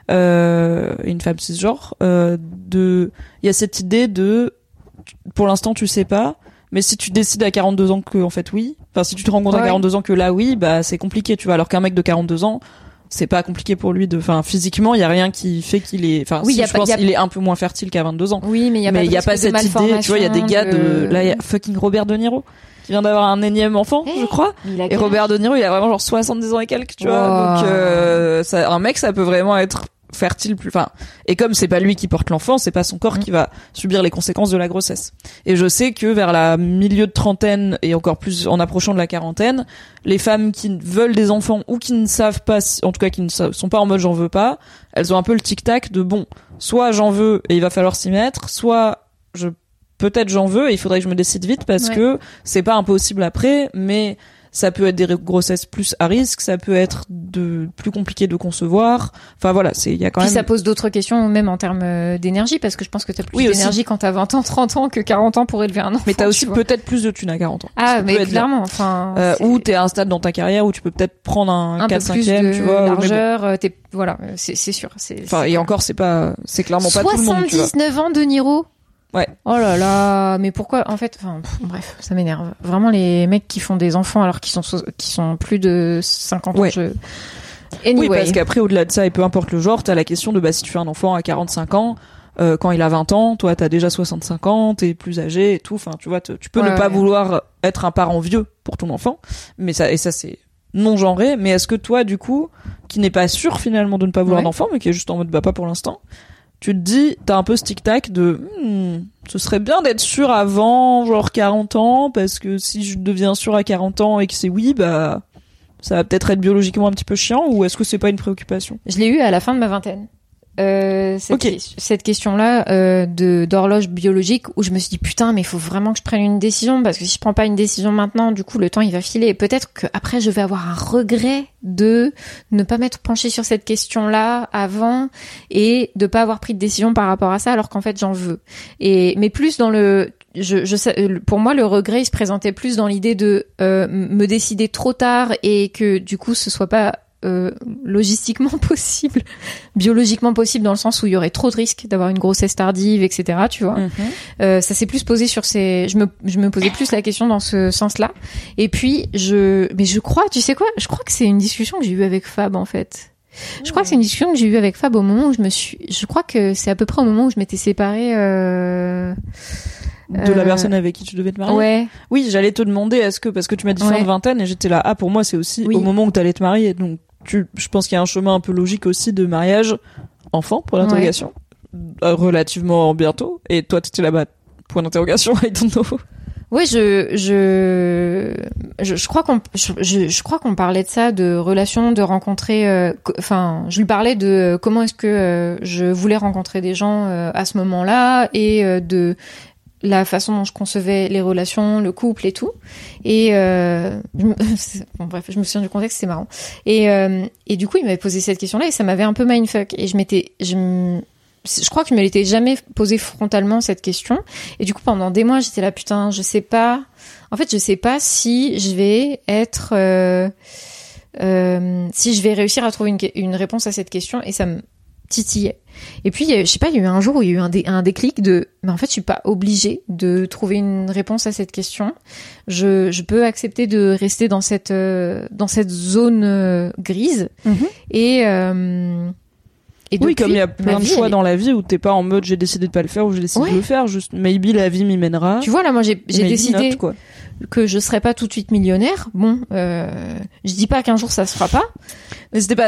[SPEAKER 3] euh, une femme cisgenre, euh, de, il y a cette idée de, pour l'instant tu sais pas, mais si tu décides à quarante-deux ans que en fait oui, enfin si tu te rends compte ouais. à quarante-deux ans que là oui, bah c'est compliqué, tu vois, alors qu'un mec de quarante-deux ans, c'est pas compliqué pour lui de, enfin physiquement il y a rien qui fait qu'il est, enfin oui, si, je pas, pense a... qu'il est un peu moins fertile qu'à vingt-deux ans.
[SPEAKER 4] Oui, mais il y a pas,
[SPEAKER 3] mais il y a pas cette idée, tu vois, il y a des gars de, de... là il y a fucking Robert De Niro qui vient d'avoir un énième enfant, hey, je crois. Et Robert De Niro, il a vraiment genre soixante-dix ans et quelques, tu wow. vois. Donc euh, ça, un mec ça peut vraiment être fertile plus, enfin, et comme c'est pas lui qui porte l'enfant, c'est pas son corps mmh. qui va subir les conséquences de la grossesse. Et je sais que vers la milieu de trentaine et encore plus en approchant de la quarantaine, les femmes qui veulent des enfants ou qui ne savent pas, en tout cas qui ne sont pas en mode j'en veux pas, elles ont un peu le tic-tac de bon, soit j'en veux et il va falloir s'y mettre, soit je, peut-être j'en veux et il faudrait que je me décide vite parce ouais. que c'est pas impossible après, mais ça peut être des grossesses plus à risque, ça peut être de plus compliqué de concevoir. Enfin voilà, c'est il y a quand
[SPEAKER 4] Puis
[SPEAKER 3] même.
[SPEAKER 4] ça pose d'autres questions même en termes d'énergie parce que je pense que t'as plus oui, d'énergie aussi. Quand t'as vingt ans, trente ans que quarante ans pour élever un enfant.
[SPEAKER 3] Mais t'as aussi peut-être plus de thunes à quarante ans.
[SPEAKER 4] Ah mais clairement, enfin.
[SPEAKER 3] Euh, ou t'es à un stade dans ta carrière où tu peux peut-être prendre un,
[SPEAKER 4] un
[SPEAKER 3] quatre cinquième, tu vois.
[SPEAKER 4] Largeur, bon. t'es voilà, c'est c'est sûr. C'est,
[SPEAKER 3] enfin
[SPEAKER 4] c'est...
[SPEAKER 3] et encore c'est pas, c'est clairement pas tout le monde.
[SPEAKER 4] soixante-dix-neuf ans de Niro.
[SPEAKER 3] Ouais.
[SPEAKER 4] Oh là là, mais pourquoi en fait, enfin pff, bref, ça m'énerve. Vraiment les mecs qui font des enfants alors qu'ils sont qui sont plus de cinquante ans.
[SPEAKER 3] Ouais.
[SPEAKER 4] Je... Anyway.
[SPEAKER 3] Oui, parce qu'après au-delà de ça et peu importe le genre, t'as la question de bah si tu fais un enfant à quarante-cinq ans, euh, quand il a vingt ans, toi t'as déjà soixante-cinq ans, t'es plus âgé et tout, enfin tu vois, tu peux ouais, ne pas ouais. vouloir être un parent vieux pour ton enfant, mais ça et ça c'est non genré, mais est-ce que toi du coup, qui n'est pas sûr finalement de ne pas vouloir ouais. d'enfant mais qui est juste en mode bah pas pour l'instant, tu te dis, t'as un peu ce tic-tac de hmm, ce serait bien d'être sûr avant genre quarante ans parce que si je deviens sûr à quarante ans et que c'est oui, bah ça va peut-être être biologiquement un petit peu chiant, ou est-ce que c'est pas une préoccupation?
[SPEAKER 4] Je l'ai eu à la fin de ma vingtaine. Euh, cette,
[SPEAKER 3] okay.
[SPEAKER 4] que- cette question-là euh, de d'horloge biologique où je me suis dit putain mais il faut vraiment que je prenne une décision parce que si je prends pas une décision maintenant du coup le temps il va filer et peut-être que après je vais avoir un regret de ne pas m'être penchée sur cette question-là avant et de pas avoir pris de décision par rapport à ça alors qu'en fait j'en veux et mais plus dans le je, je pour moi le regret il se présentait plus dans l'idée de euh, me décider trop tard et que du coup ce soit pas euh, logistiquement possible, biologiquement possible, dans le sens où il y aurait trop de risques d'avoir une grossesse tardive, et cetera. Tu vois, mm-hmm. euh, ça s'est plus posé sur ces. Je me, je me posais plus la question dans ce sens-là. Et puis je, mais je crois, tu sais quoi, je crois que c'est une discussion que j'ai eue avec Fab en fait. Je crois que c'est une discussion que j'ai eue avec Fab au moment où je me suis. Je crois que c'est à peu près au moment où je m'étais séparée. Euh...
[SPEAKER 3] De la personne avec qui tu devais te marier.
[SPEAKER 4] Ouais.
[SPEAKER 3] Oui, j'allais te demander, est-ce que, parce que tu m'as dit fin
[SPEAKER 4] ouais.
[SPEAKER 3] de vingtaine et j'étais là, ah, pour moi, c'est aussi oui. au moment où t'allais te marier. Donc, tu, je pense qu'il y a un chemin un peu logique aussi de mariage enfant, pour l'interrogation. Ouais. Relativement bientôt. Et toi, t'étais là-bas, point d'interrogation, I don't know.
[SPEAKER 4] Oui, je, je, je, je crois qu'on, je, je, je crois qu'on parlait de ça, de relations, de rencontrer, euh, enfin, je lui parlais de comment est-ce que euh, je voulais rencontrer des gens euh, à ce moment-là et euh, de la façon dont je concevais les relations, le couple et tout. Et euh, je me, bon, bref, je me souviens du contexte, c'est marrant. Et euh, et du coup, il m'avait posé cette question-là et ça m'avait un peu mindfuck. Et je m'étais, je me, je crois que je me l'étais jamais posé frontalement cette question. Et du coup, pendant des mois, j'étais là, putain, je sais pas. En fait, je sais pas si je vais être, euh, euh, si je vais réussir à trouver une, une réponse à cette question. Et ça me titillait. Et puis, je sais pas, il y a eu un jour où il y a eu un, dé, un déclic de, mais en fait, je suis pas obligée de trouver une réponse à cette question. Je, je peux accepter de rester dans cette, euh, dans cette zone euh, grise. Mm-hmm. Et, euh, et
[SPEAKER 3] oui, comme il y a plein de choix elle... dans la vie où t'es pas en mode j'ai décidé de pas le faire ou j'ai décidé ouais. de le faire, juste maybe la vie m'y mènera.
[SPEAKER 4] Tu vois, là, moi, j'ai, j'ai décidé not, quoi. que je serais pas tout de suite millionnaire. Bon, euh, je dis pas qu'un jour ça se fera pas.
[SPEAKER 3] Mais c'était pas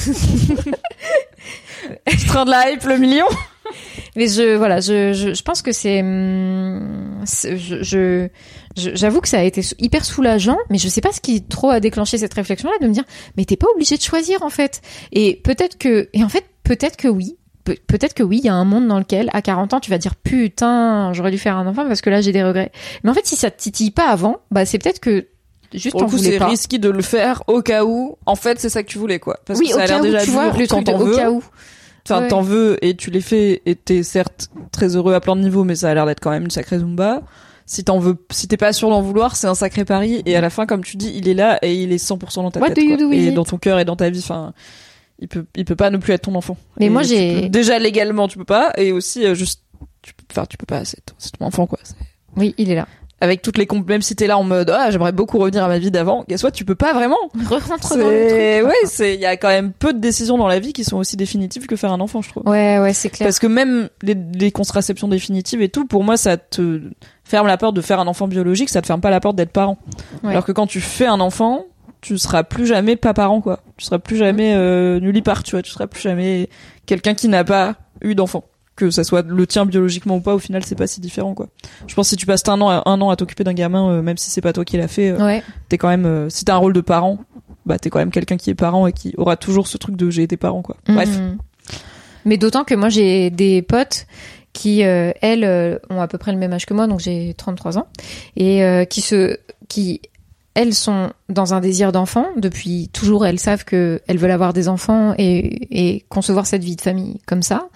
[SPEAKER 3] je train de la hype, le million.
[SPEAKER 4] Mais je, voilà, je, je, je pense que c'est, c'est je, je, je, j'avoue que ça a été hyper soulageant, mais je sais pas ce qui trop a déclenché cette réflexion-là, de me dire, mais t'es pas obligé de choisir, en fait. Et peut-être que, et en fait, peut-être que oui. Pe- peut-être que oui, il y a un monde dans lequel, à quarante ans, tu vas dire, putain, j'aurais dû faire un enfant parce que là, j'ai des regrets. Mais en fait, si ça te titille pas avant, bah, c'est peut-être que, juste
[SPEAKER 3] pour le coup, c'est pas. risqué de le faire au cas où, en fait, c'est ça que tu voulais, quoi. Parce
[SPEAKER 4] oui,
[SPEAKER 3] que ça a l'air
[SPEAKER 4] où,
[SPEAKER 3] déjà
[SPEAKER 4] tu vois, le truc de, au cas où.
[SPEAKER 3] Enfin, ouais. t'en veux et tu les fais et t'es certes très heureux à plein de niveaux, mais ça a l'air d'être quand même une sacrée zumba. Si t'en veux, si t'es pas sûr d'en vouloir, c'est un sacré pari. Et à la fin, comme tu dis, il est là et il est cent pour cent dans ta
[SPEAKER 4] What
[SPEAKER 3] tête, quoi. Et
[SPEAKER 4] it?
[SPEAKER 3] dans ton cœur et dans ta vie. Enfin, il peut, il peut pas ne plus être ton enfant.
[SPEAKER 4] Mais
[SPEAKER 3] et
[SPEAKER 4] moi, j'ai
[SPEAKER 3] peux, déjà légalement, tu peux pas. Et aussi, euh, juste, tu peux, enfin, tu peux pas. C'est ton, c'est ton enfant, quoi. C'est...
[SPEAKER 4] Oui, il est là.
[SPEAKER 3] Avec toutes les compl- même si t'es là en mode ah j'aimerais beaucoup revenir à ma vie d'avant, soit tu peux pas vraiment.
[SPEAKER 4] Rentre dans le truc.
[SPEAKER 3] Ouais, c'est il y a quand même peu de décisions dans la vie qui sont aussi définitives que faire un enfant, je trouve.
[SPEAKER 4] Ouais, ouais, c'est clair.
[SPEAKER 3] Parce que même les, les contraceptions définitives et tout, pour moi, ça te ferme la porte de faire un enfant biologique, ça te ferme pas la porte d'être parent. Ouais. Alors que quand tu fais un enfant, tu seras plus jamais pas parent, quoi. Tu seras plus jamais euh, nulle part, tu vois. Tu seras plus jamais quelqu'un qui n'a pas eu d'enfant. Que ça soit le tien biologiquement ou pas, au final c'est pas si différent, quoi. Je pense que si tu passes un an à, un an à t'occuper d'un gamin, euh, même si c'est pas toi qui l'as fait, euh,
[SPEAKER 4] ouais.
[SPEAKER 3] t'es quand même euh, si t'as un rôle de parent, bah t'es quand même quelqu'un qui est parent et qui aura toujours ce truc de j'ai été parent, quoi. Bref.
[SPEAKER 4] Mmh. Mais d'autant que moi j'ai des potes qui euh, elles euh, ont à peu près le même âge que moi, donc j'ai trente-trois ans, et euh, qui se qui elles sont dans un désir d'enfant depuis toujours. Elles savent que elles veulent avoir des enfants et, et concevoir cette vie de famille comme ça.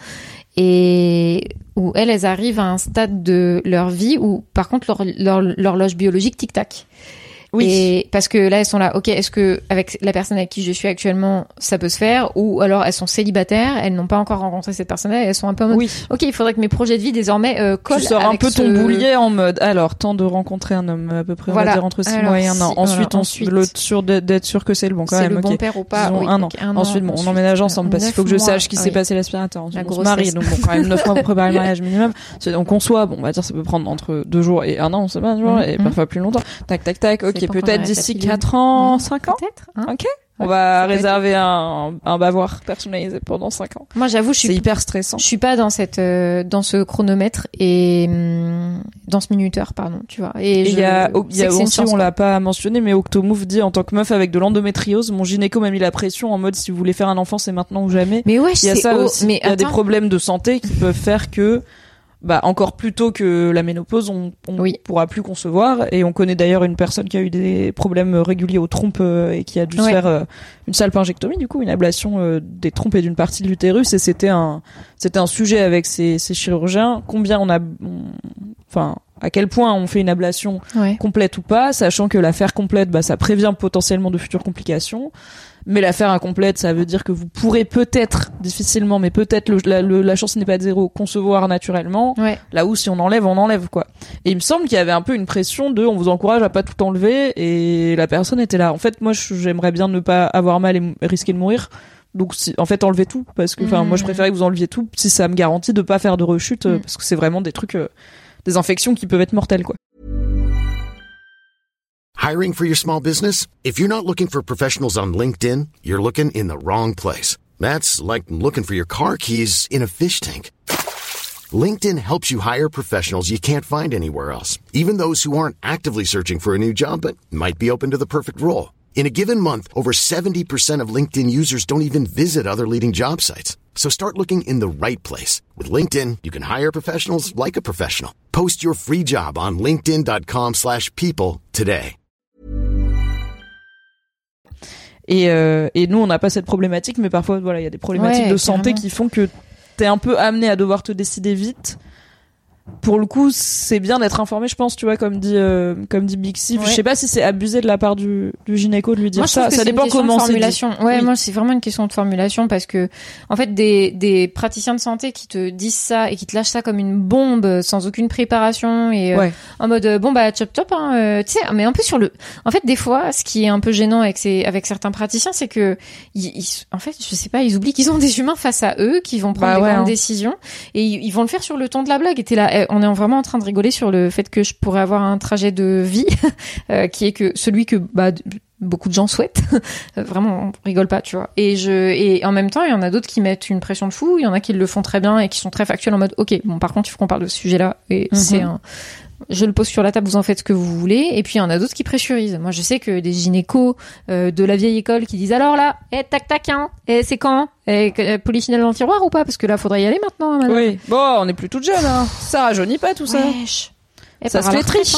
[SPEAKER 4] Et où elles, elles arrivent à un stade de leur vie où, par contre, leur, leur, l'horloge biologique tic-tac. Oui. Et parce que là, elles sont là, ok, est-ce que avec la personne avec qui je suis actuellement, ça peut se faire, ou alors elles sont célibataires, elles n'ont pas encore rencontré cette personne-là, et elles sont un peu en mode, oui. ok, il faudrait que mes projets de vie désormais euh, collent.
[SPEAKER 3] Tu sors
[SPEAKER 4] avec
[SPEAKER 3] un peu
[SPEAKER 4] ce...
[SPEAKER 3] ton boulier en mode, alors temps de rencontrer un homme à peu près, voilà. on va dire entre six alors, mois et un an.
[SPEAKER 4] Si,
[SPEAKER 3] ensuite,
[SPEAKER 4] voilà,
[SPEAKER 3] on
[SPEAKER 4] ensuite,
[SPEAKER 3] le sûr d'être sûr que c'est le bon quand
[SPEAKER 4] c'est
[SPEAKER 3] même.
[SPEAKER 4] C'est le
[SPEAKER 3] okay.
[SPEAKER 4] bon père ou pas.
[SPEAKER 3] Disons
[SPEAKER 4] oui,
[SPEAKER 3] un an.
[SPEAKER 4] Un
[SPEAKER 3] ensuite,
[SPEAKER 4] an,
[SPEAKER 3] bon,
[SPEAKER 4] ensuite,
[SPEAKER 3] on emménage ensemble parce qu'il faut que je sache qui s'est passé l'aspirateur. Ensuite, on se marie, donc bon, quand même neuf mois pour préparer le mariage minimum. On conçoit, bon, on va dire ça peut prendre entre deux jours et un an, on sait pas, et parfois plus longtemps. Tac, tac, tac. Ok, peut-être d'ici quatre ans. cinq ans
[SPEAKER 4] peut-être hein.
[SPEAKER 3] Ok, on ouais, va réserver un, un bavoir personnalisé pendant cinq ans.
[SPEAKER 4] Moi, j'avoue, je suis
[SPEAKER 3] c'est hyper stressant.
[SPEAKER 4] Je suis pas dans cette euh, dans ce chronomètre et hum, dans ce minuteur, pardon, tu vois. Et il
[SPEAKER 3] y a il y a aussi,
[SPEAKER 4] chance,
[SPEAKER 3] on l'a pas mentionné, mais Octomove dit en tant que meuf avec de l'endométriose, mon gynéco m'a mis la pression en mode si vous voulez faire un enfant, c'est maintenant ou jamais.
[SPEAKER 4] Mais ouais,
[SPEAKER 3] il y a ça
[SPEAKER 4] haut,
[SPEAKER 3] aussi.
[SPEAKER 4] Mais
[SPEAKER 3] il y a des problèmes de santé qui peuvent faire que bah encore plus tôt que la ménopause, on, on oui. pourra plus concevoir. Et on connaît d'ailleurs une personne qui a eu des problèmes réguliers aux trompes euh, et qui a dû ouais. se faire euh, une salpingectomie, du coup une ablation euh, des trompes et d'une partie de l'utérus. Et c'était un c'était un sujet avec ces, ces chirurgiens. Combien on a, on, enfin à quel point on fait une ablation ouais. complète ou pas, sachant que la faire complète, bah ça prévient potentiellement de futures complications. Mais la faire incomplète, ça veut dire que vous pourrez peut-être, difficilement, mais peut-être, le, la, le, la chance n'est pas de zéro, concevoir naturellement. Ouais. Là où si on enlève, on enlève, quoi. Et il me semble qu'il y avait un peu une pression de, on vous encourage à pas tout enlever, et la personne était là. En fait, moi, j'aimerais bien ne pas avoir mal et risquer de mourir. Donc, si, en fait, enlevez tout, parce que, enfin, mmh. moi, je préférais que vous enleviez tout, si ça me garantit de pas faire de rechute, mmh. parce que c'est vraiment des trucs, euh, des infections qui peuvent être mortelles, quoi.
[SPEAKER 2] Hiring for your small business? If you're not looking for professionals on LinkedIn, you're looking in the wrong place. That's like looking for your car keys in a fish tank. LinkedIn helps you hire professionals you can't find anywhere else, even those who aren't actively searching for a new job but might be open to the perfect role. In a given month, over seventy percent of LinkedIn users don't even visit other leading job sites. So start looking in the right place. With LinkedIn, you can hire professionals like a professional. Post your free job on linkedin.com slash people today.
[SPEAKER 3] Et, euh, et nous, on n'a pas cette problématique, mais parfois, voilà, il y a des problématiques ouais, de santé carrément. Qui font que t'es un peu amené à devoir te décider vite. Pour le coup, c'est bien d'être informé, je pense, tu vois, comme dit, euh, comme dit Bixi. Ouais. Je sais pas si c'est abusé de la part du, du gynéco de lui dire moi, ça. Ça dépend comment c'est dit.
[SPEAKER 4] Ouais, oui. Moi, c'est vraiment une question de formulation parce que, en fait, des, des praticiens de santé qui te disent ça et qui te lâchent ça comme une bombe sans aucune préparation et, ouais. euh, en mode, euh, bon, bah, chop chop, hein, euh, tu sais, mais un peu sur le, en fait, des fois, ce qui est un peu gênant avec ces, avec certains praticiens, c'est que, ils, ils, en fait, je sais pas, ils oublient qu'ils ont des humains face à eux, qui vont prendre bah, des ouais, grandes hein. décisions et ils, ils vont le faire sur le ton de la blague et t'es là, on est vraiment en train de rigoler sur le fait que je pourrais avoir un trajet de vie euh, qui est que celui que bah beaucoup de gens souhaitent. Vraiment, on rigole pas, tu vois. Et je et en même temps, il y en a d'autres qui mettent une pression de fou, il y en a qui le font très bien et qui sont très factuels en mode OK, bon par contre, il faut qu'on parle de ce sujet-là et mm-hmm. c'est un je le pose sur la table, vous en faites ce que vous voulez. Et puis, il y en a d'autres qui pressurisent. Moi, je sais que des gynécos euh, de la vieille école qui disent alors là, eh, tac, tac, hein, eh, c'est quand eh, polychinelle dans le tiroir ou pas? Parce que là, faudrait y aller maintenant, hein, madame.
[SPEAKER 3] Oui. Bon, on est plus toute jeune, hein. Ça rajeunit pas, tout ça.
[SPEAKER 4] Wesh. Et
[SPEAKER 3] ça se fait triche.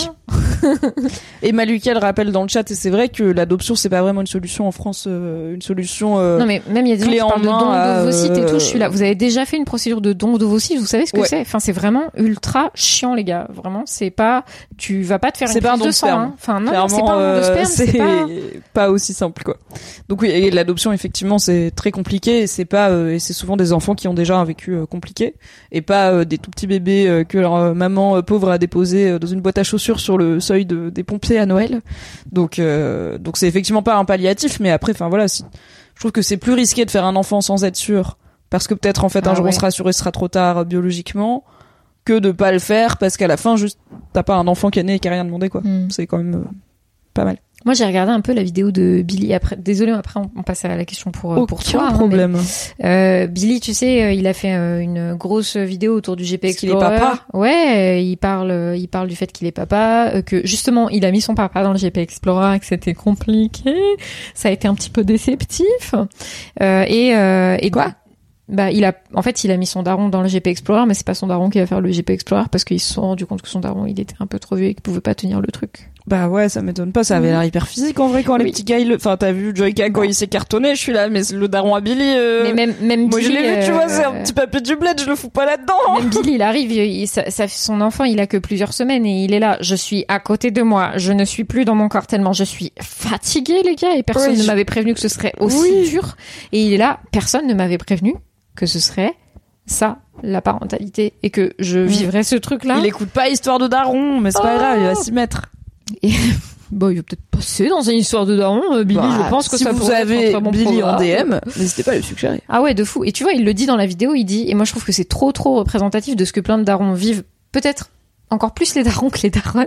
[SPEAKER 3] Et Maluka le rappelle dans le chat, et c'est vrai que l'adoption c'est pas vraiment une solution en France, euh, une solution. Euh,
[SPEAKER 4] non mais même il y a des gens qui parlent de don d'ovocytes euh... et tout. Je suis là. Vous avez déjà fait une procédure de don d'ovocytes? Vous savez ce que ouais. c'est? Enfin c'est vraiment ultra chiant les gars. Vraiment c'est pas. Tu vas pas te faire une prise de sang. Hein. Enfin non, clairement, c'est pas un don de sperme. C'est, c'est pas...
[SPEAKER 3] pas aussi simple quoi. Donc oui, et l'adoption effectivement c'est très compliqué et c'est pas euh, et c'est souvent des enfants qui ont déjà un vécu euh, compliqué et pas euh, des tout petits bébés euh, que leur euh, maman euh, pauvre a déposé euh, dans une boîte à chaussures sur le seuil de, des pompiers à Noël. Donc euh, donc c'est effectivement pas un palliatif, mais après enfin voilà, si, je trouve que c'est plus risqué de faire un enfant sans être sûr parce que peut-être en fait ah, un jour ouais. on sera sûr et ce sera trop tard euh, biologiquement que de pas le faire parce qu'à la fin juste t'as pas un enfant qui est né et qui a rien demandé quoi. Mm. C'est quand même euh, pas mal.
[SPEAKER 4] Moi, j'ai regardé un peu la vidéo de Billy. Après, désolé, après on, on passe à la question pour
[SPEAKER 3] Aucun
[SPEAKER 4] pour toi.
[SPEAKER 3] Aucun problème.
[SPEAKER 4] Hein, mais, euh, Billy, tu sais, il a fait euh, une grosse vidéo autour du G P Explorer.
[SPEAKER 3] Parce qu'il est papa.
[SPEAKER 4] Ouais, il parle, il parle du fait qu'il est papa, euh, que justement, il a mis son papa dans le G P Explorer, que c'était compliqué. Ça a été un petit peu déceptif. Euh, et euh, et
[SPEAKER 3] quoi?
[SPEAKER 4] Bah, il a, en fait, il a mis son daron dans le G P Explorer, mais c'est pas son daron qui va faire le G P Explorer parce qu'ils se sont rendus compte que son daron, il était un peu trop vieux et qu'il pouvait pas tenir le truc.
[SPEAKER 3] Bah ouais, ça m'étonne pas, ça avait l'air hyper physique en vrai quand oui. les petits gars, ils le... enfin t'as vu Joyka quand il s'est cartonné, je suis là, mais le daron à Billy, euh...
[SPEAKER 4] mais même, même
[SPEAKER 3] moi
[SPEAKER 4] Billy,
[SPEAKER 3] je l'ai vu,
[SPEAKER 4] euh...
[SPEAKER 3] tu vois, c'est un petit papier du bled, je le fous pas là-dedans.
[SPEAKER 4] Même Billy, il arrive, il, ça, ça, son enfant, il a que plusieurs semaines et il est là, je suis à côté de moi, je ne suis plus dans mon corps tellement je suis fatiguée les gars et personne oui, ne je... m'avait prévenu que ce serait aussi oui. dur et il est là, personne ne m'avait prévenu que ce serait ça, la parentalité, et que je vivrais ce truc-là.
[SPEAKER 3] Il écoute pas Histoire de daron, mais c'est oh pas grave, il va s'y mettre.
[SPEAKER 4] Et bon, il va peut-être passer dans une histoire de daron, Billy, bah, je pense que
[SPEAKER 3] si
[SPEAKER 4] ça
[SPEAKER 3] vous
[SPEAKER 4] pourrait
[SPEAKER 3] avez
[SPEAKER 4] être un bon
[SPEAKER 3] Billy
[SPEAKER 4] programme.
[SPEAKER 3] en D M, n'hésitez pas à le suggérer.
[SPEAKER 4] Ah ouais, de fou. Et tu vois, il le dit dans la vidéo, il dit, et moi je trouve que c'est trop trop représentatif de ce que plein de darons vivent, peut-être encore plus les darons que les daronnes,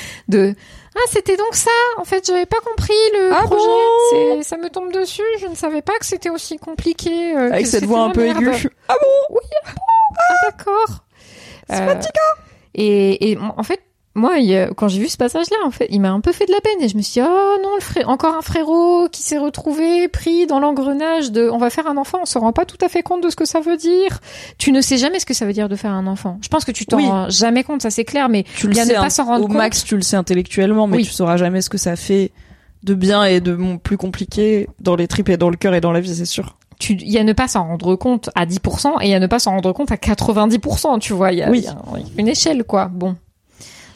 [SPEAKER 4] de ah c'était donc ça, en fait j'avais pas compris le
[SPEAKER 3] ah
[SPEAKER 4] projet,
[SPEAKER 3] bon
[SPEAKER 4] c'est, ça me tombe dessus, je ne savais pas que c'était aussi compliqué. Euh,
[SPEAKER 3] Avec cette voix un peu
[SPEAKER 4] merde.
[SPEAKER 3] aiguë. Ah bon?
[SPEAKER 4] Oui, ah bon, ah, d'accord.
[SPEAKER 3] C'est euh, fatigant.
[SPEAKER 4] Et, et en fait, moi, il, quand j'ai vu ce passage-là, en fait, il m'a un peu fait de la peine et je me suis dit, oh non, le frère, encore un frérot qui s'est retrouvé pris dans l'engrenage de, on va faire un enfant, on se rend pas tout à fait compte de ce que ça veut dire. Tu ne sais jamais ce que ça veut dire de faire un enfant. Je pense que tu t'en
[SPEAKER 3] oui.
[SPEAKER 4] rends jamais compte, ça c'est clair, mais
[SPEAKER 3] tu le
[SPEAKER 4] bien
[SPEAKER 3] sais,
[SPEAKER 4] ne pas s'en rendre
[SPEAKER 3] au
[SPEAKER 4] compte.
[SPEAKER 3] Au max, tu le sais intellectuellement, mais oui. tu sauras jamais ce que ça fait de bien et de plus compliqué dans les tripes et dans le cœur et dans la vie, c'est sûr.
[SPEAKER 4] Il y a ne pas s'en rendre compte à dix pour cent et il y a ne pas s'en rendre compte à quatre-vingt-dix pour cent, tu vois. Il y a,
[SPEAKER 3] oui.
[SPEAKER 4] y a une échelle, quoi. Bon.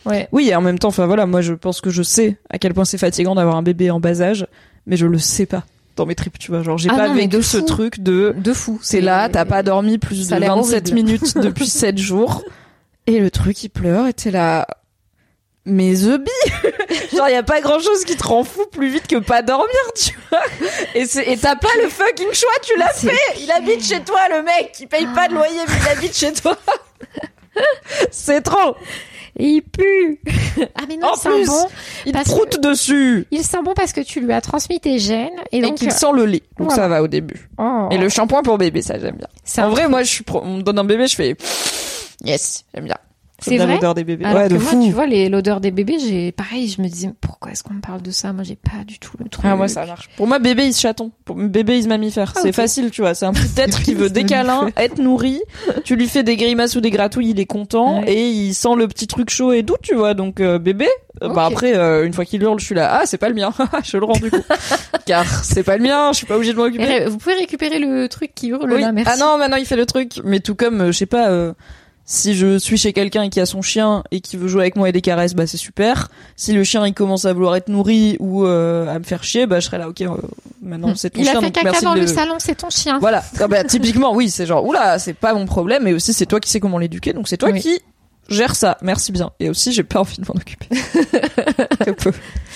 [SPEAKER 4] Ouais.
[SPEAKER 3] Oui, et en même temps, enfin voilà, moi je pense que je sais à quel point c'est fatigant d'avoir un bébé en bas âge, mais je le sais pas dans mes tripes, tu vois. Genre, j'ai
[SPEAKER 4] ah
[SPEAKER 3] pas
[SPEAKER 4] non,
[SPEAKER 3] vécu
[SPEAKER 4] de
[SPEAKER 3] ce
[SPEAKER 4] fou.
[SPEAKER 3] truc de.
[SPEAKER 4] De fou.
[SPEAKER 3] C'est là, t'as pas dormi plus
[SPEAKER 4] Ça
[SPEAKER 3] de
[SPEAKER 4] a l'air
[SPEAKER 3] vingt-sept
[SPEAKER 4] horrible.
[SPEAKER 3] minutes depuis sept jours. Et le truc, il pleure, et t'es là. Mais the bee! Genre, y a pas grand chose qui te rend fou plus vite que pas dormir, tu vois. Et c'est, et t'as pas le fucking choix, tu l'as
[SPEAKER 4] C'est
[SPEAKER 3] fait! Il habite chez toi, le mec! Il paye pas de loyer, mais il habite chez toi! C'est trop!
[SPEAKER 4] Et il pue. Ah mais non,
[SPEAKER 3] En
[SPEAKER 4] il sent
[SPEAKER 3] plus,
[SPEAKER 4] bon.
[SPEAKER 3] Il
[SPEAKER 4] parce
[SPEAKER 3] proute dessus!
[SPEAKER 4] Il sent bon parce que tu lui as transmis tes gènes et
[SPEAKER 3] Et
[SPEAKER 4] donc
[SPEAKER 3] qu'il sent le lait. Donc
[SPEAKER 4] voilà.
[SPEAKER 3] ça va au début.
[SPEAKER 4] Oh.
[SPEAKER 3] Et le shampoing pour bébé, ça j'aime bien.
[SPEAKER 4] C'est
[SPEAKER 3] En
[SPEAKER 4] un
[SPEAKER 3] vrai,
[SPEAKER 4] truc-
[SPEAKER 3] moi, je suis pro- on me donne un bébé, je fais yes, j'aime bien. J'aime
[SPEAKER 4] C'est
[SPEAKER 3] bien
[SPEAKER 4] vrai
[SPEAKER 3] l'odeur des bébés.
[SPEAKER 4] Alors
[SPEAKER 3] ouais,
[SPEAKER 4] que
[SPEAKER 3] de
[SPEAKER 4] moi,
[SPEAKER 3] fou.
[SPEAKER 4] tu vois, les, l'odeur des bébés, j'ai pareil, je me disais pourquoi est-ce qu'on me parle de ça? Moi, j'ai pas du tout le truc.
[SPEAKER 3] Ah, moi, ça marche. Pour moi, bébé, il se chaton. Pour bébé, il se mammifère.
[SPEAKER 4] Ah,
[SPEAKER 3] c'est
[SPEAKER 4] ok.
[SPEAKER 3] facile, tu vois. C'est un petit être qui veut des câlins, être nourri. Tu lui fais des grimaces ou des gratouilles, il est content.
[SPEAKER 4] Ouais.
[SPEAKER 3] Et il sent le petit truc chaud et doux, tu vois. Donc, euh, bébé. euh,
[SPEAKER 4] Ok.
[SPEAKER 3] Bah après, euh, une fois qu'il hurle, je suis là. Ah, c'est pas le mien. je le rends du coup. Car c'est pas le mien. Je suis pas obligée de m'en
[SPEAKER 4] Et
[SPEAKER 3] occuper.
[SPEAKER 4] ré- vous pouvez récupérer le truc qui hurle
[SPEAKER 3] Oui.
[SPEAKER 4] là, merci.
[SPEAKER 3] Ah non, maintenant il fait le truc. Mais tout comme, euh, je sais pas, euh, si je suis chez quelqu'un et qui a son chien et qui veut jouer avec moi et des caresses, bah c'est super. Si le chien il commence à vouloir être nourri ou euh, à me faire chier, bah je serai là, ok, euh, maintenant c'est ton
[SPEAKER 4] Il
[SPEAKER 3] chien,
[SPEAKER 4] a fait
[SPEAKER 3] donc
[SPEAKER 4] caca
[SPEAKER 3] merci
[SPEAKER 4] dans
[SPEAKER 3] de
[SPEAKER 4] le
[SPEAKER 3] le...
[SPEAKER 4] salon, c'est ton chien.
[SPEAKER 3] Voilà. Ah bah, typiquement, oui, c'est genre, oula, c'est pas mon problème, mais aussi c'est toi qui sais comment l'éduquer, donc c'est toi
[SPEAKER 4] Oui.
[SPEAKER 3] qui gère ça. Merci bien. Et aussi, j'ai pas envie de m'en occuper. Un peu.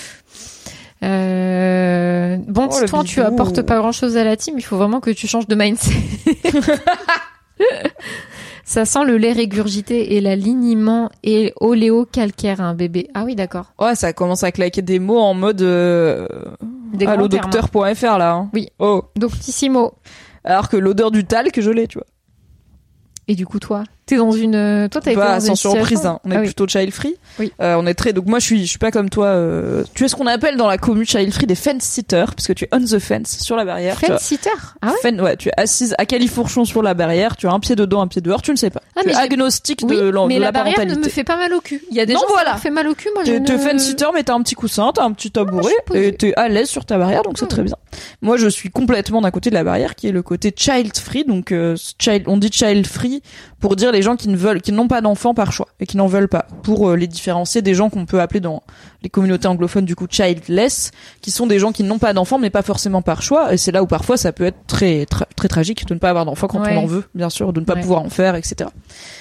[SPEAKER 4] Euh... Bon,
[SPEAKER 3] Oh, le
[SPEAKER 4] toi, tu
[SPEAKER 3] bidou.
[SPEAKER 4] apportes pas grand chose à la team, il faut vraiment que tu changes de mindset. Ça sent le lait régurgité et l'alignement et oléo-calcaire à un bébé. Ah oui, d'accord.
[SPEAKER 3] Ouais, ça commence à claquer des mots en mode euh...
[SPEAKER 4] Des grands
[SPEAKER 3] allo
[SPEAKER 4] termes,
[SPEAKER 3] docteur point f r là. Hein.
[SPEAKER 4] Oui.
[SPEAKER 3] Oh.
[SPEAKER 4] Doctissimo.
[SPEAKER 3] Alors que l'odeur du talc, je l'ai, tu vois.
[SPEAKER 4] Et du coup, toi, t'es dans une, toi, t'as été
[SPEAKER 3] Pas
[SPEAKER 4] dans
[SPEAKER 3] sans
[SPEAKER 4] une
[SPEAKER 3] surprise,
[SPEAKER 4] situation-
[SPEAKER 3] hein. On est
[SPEAKER 4] Ah oui.
[SPEAKER 3] plutôt child free.
[SPEAKER 4] Oui.
[SPEAKER 3] Euh, on est très, donc moi je suis, je suis pas comme toi. Euh... Tu es ce qu'on appelle dans la commune child free des fence sitters, parce que tu es on the fence sur la barrière. tu vois.
[SPEAKER 4] Fence sitter. Ah ouais.
[SPEAKER 3] Fen- ouais, tu es assise à califourchon sur la barrière, tu as un pied dedans, un pied dehors, tu ne sais pas.
[SPEAKER 4] Ah,
[SPEAKER 3] tu
[SPEAKER 4] mais
[SPEAKER 3] es
[SPEAKER 4] j'ai-
[SPEAKER 3] agnostique
[SPEAKER 4] Oui,
[SPEAKER 3] de, l'en-
[SPEAKER 4] mais
[SPEAKER 3] de
[SPEAKER 4] la,
[SPEAKER 3] la
[SPEAKER 4] barrière ne
[SPEAKER 3] parentalité.
[SPEAKER 4] me fait pas mal au cul. Il y a des
[SPEAKER 3] Non,
[SPEAKER 4] gens
[SPEAKER 3] voilà.
[SPEAKER 4] qui leur fait mal au cul. Moi, je
[SPEAKER 3] T'es,
[SPEAKER 4] ne...
[SPEAKER 3] t'es fence sitter, mais t'as un petit coussin, t'as un petit tabouret,
[SPEAKER 4] je suis posée.
[SPEAKER 3] et t'es à l'aise sur ta barrière, donc c'est
[SPEAKER 4] Hmm.
[SPEAKER 3] très bien. Moi, je suis complètement d'un côté de la barrière, qui est le côté child free, donc euh, child, on dit child free pour dire les gens qui ne veulent, qui n'ont pas d'enfants par choix et qui n'en veulent pas, pour euh, les différencier des gens qu'on peut appeler dans les communautés anglophones du coup childless, qui sont des gens qui n'ont pas d'enfants mais pas forcément par choix, et c'est là où parfois ça peut être très très, très tragique de ne pas avoir d'enfants quand
[SPEAKER 4] Ouais.
[SPEAKER 3] on en veut, bien sûr, de ne pas
[SPEAKER 4] Ouais.
[SPEAKER 3] pouvoir en faire, et cetera.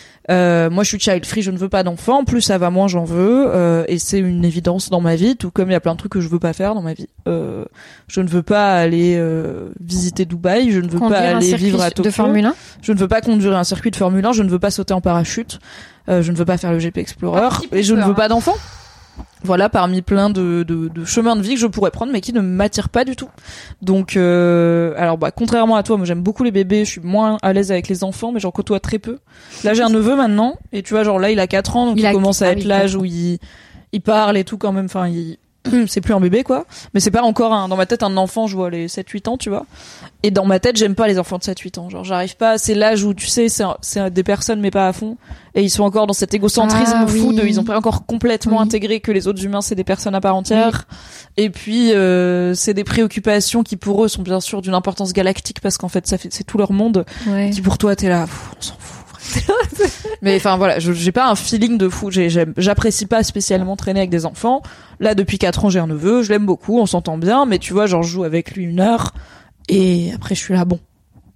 [SPEAKER 3] Euh, moi je suis child free, je ne veux pas d'enfants, plus ça va moins j'en veux, euh, et c'est une évidence dans ma vie, tout comme il y a plein de trucs que je veux pas faire dans ma vie. Euh, je ne veux pas aller euh, visiter Dubaï, je ne veux
[SPEAKER 4] Conduire
[SPEAKER 3] pas
[SPEAKER 4] un
[SPEAKER 3] aller
[SPEAKER 4] circuit
[SPEAKER 3] vivre à Tokyo,
[SPEAKER 4] de Formule un.
[SPEAKER 3] je ne veux pas conduire un circuit de Formule un, je ne veux pas sauter en parachute, euh, je ne veux pas faire le G P Explorer,
[SPEAKER 4] Un petit peu
[SPEAKER 3] et je ne
[SPEAKER 4] peur,
[SPEAKER 3] veux
[SPEAKER 4] hein.
[SPEAKER 3] pas d'enfants. Voilà, parmi plein de, de, de chemins de vie que je pourrais prendre, mais qui ne m'attirent pas du tout. Donc, euh, alors, bah, contrairement à toi, moi j'aime beaucoup les bébés, je suis moins à l'aise avec les enfants, mais j'en côtoie très peu. Là, j'ai un neveu maintenant, et tu vois, genre là, il a quatre ans, donc
[SPEAKER 4] Il
[SPEAKER 3] il,
[SPEAKER 4] a-
[SPEAKER 3] commence à
[SPEAKER 4] ah
[SPEAKER 3] être
[SPEAKER 4] oui,
[SPEAKER 3] l'âge
[SPEAKER 4] quatre
[SPEAKER 3] où il, il parle et tout quand même, enfin, il, c'est plus un bébé, quoi. Mais c'est pas encore un, dans ma tête, un enfant, je vois les sept huit ans, tu vois. Et dans ma tête, j'aime pas les enfants de sept huit ans. Genre, j'arrive pas, c'est l'âge où, tu sais, c'est, un- c'est des personnes, mais pas à fond. Et ils sont encore dans cet égocentrisme
[SPEAKER 4] Ah,
[SPEAKER 3] fou
[SPEAKER 4] oui.
[SPEAKER 3] de, ils ont pas encore complètement
[SPEAKER 4] Oui.
[SPEAKER 3] intégré que les autres humains, c'est des personnes à part entière. Et puis, euh, c'est des préoccupations qui, pour eux, sont bien sûr d'une importance galactique parce qu'en fait, ça fait, c'est tout leur monde.
[SPEAKER 4] Ouais.
[SPEAKER 3] Qui pour toi, t'es là, pff, on s'en fout. vraiment. Mais enfin, voilà, je- j'ai pas un feeling de fou. J'ai, j'aime- j'apprécie pas spécialement traîner avec des enfants. Là, depuis quatre ans, j'ai un neveu, je l'aime beaucoup, on s'entend bien, mais tu vois, genre, je joue avec lui une heure, et après, je suis là, bon.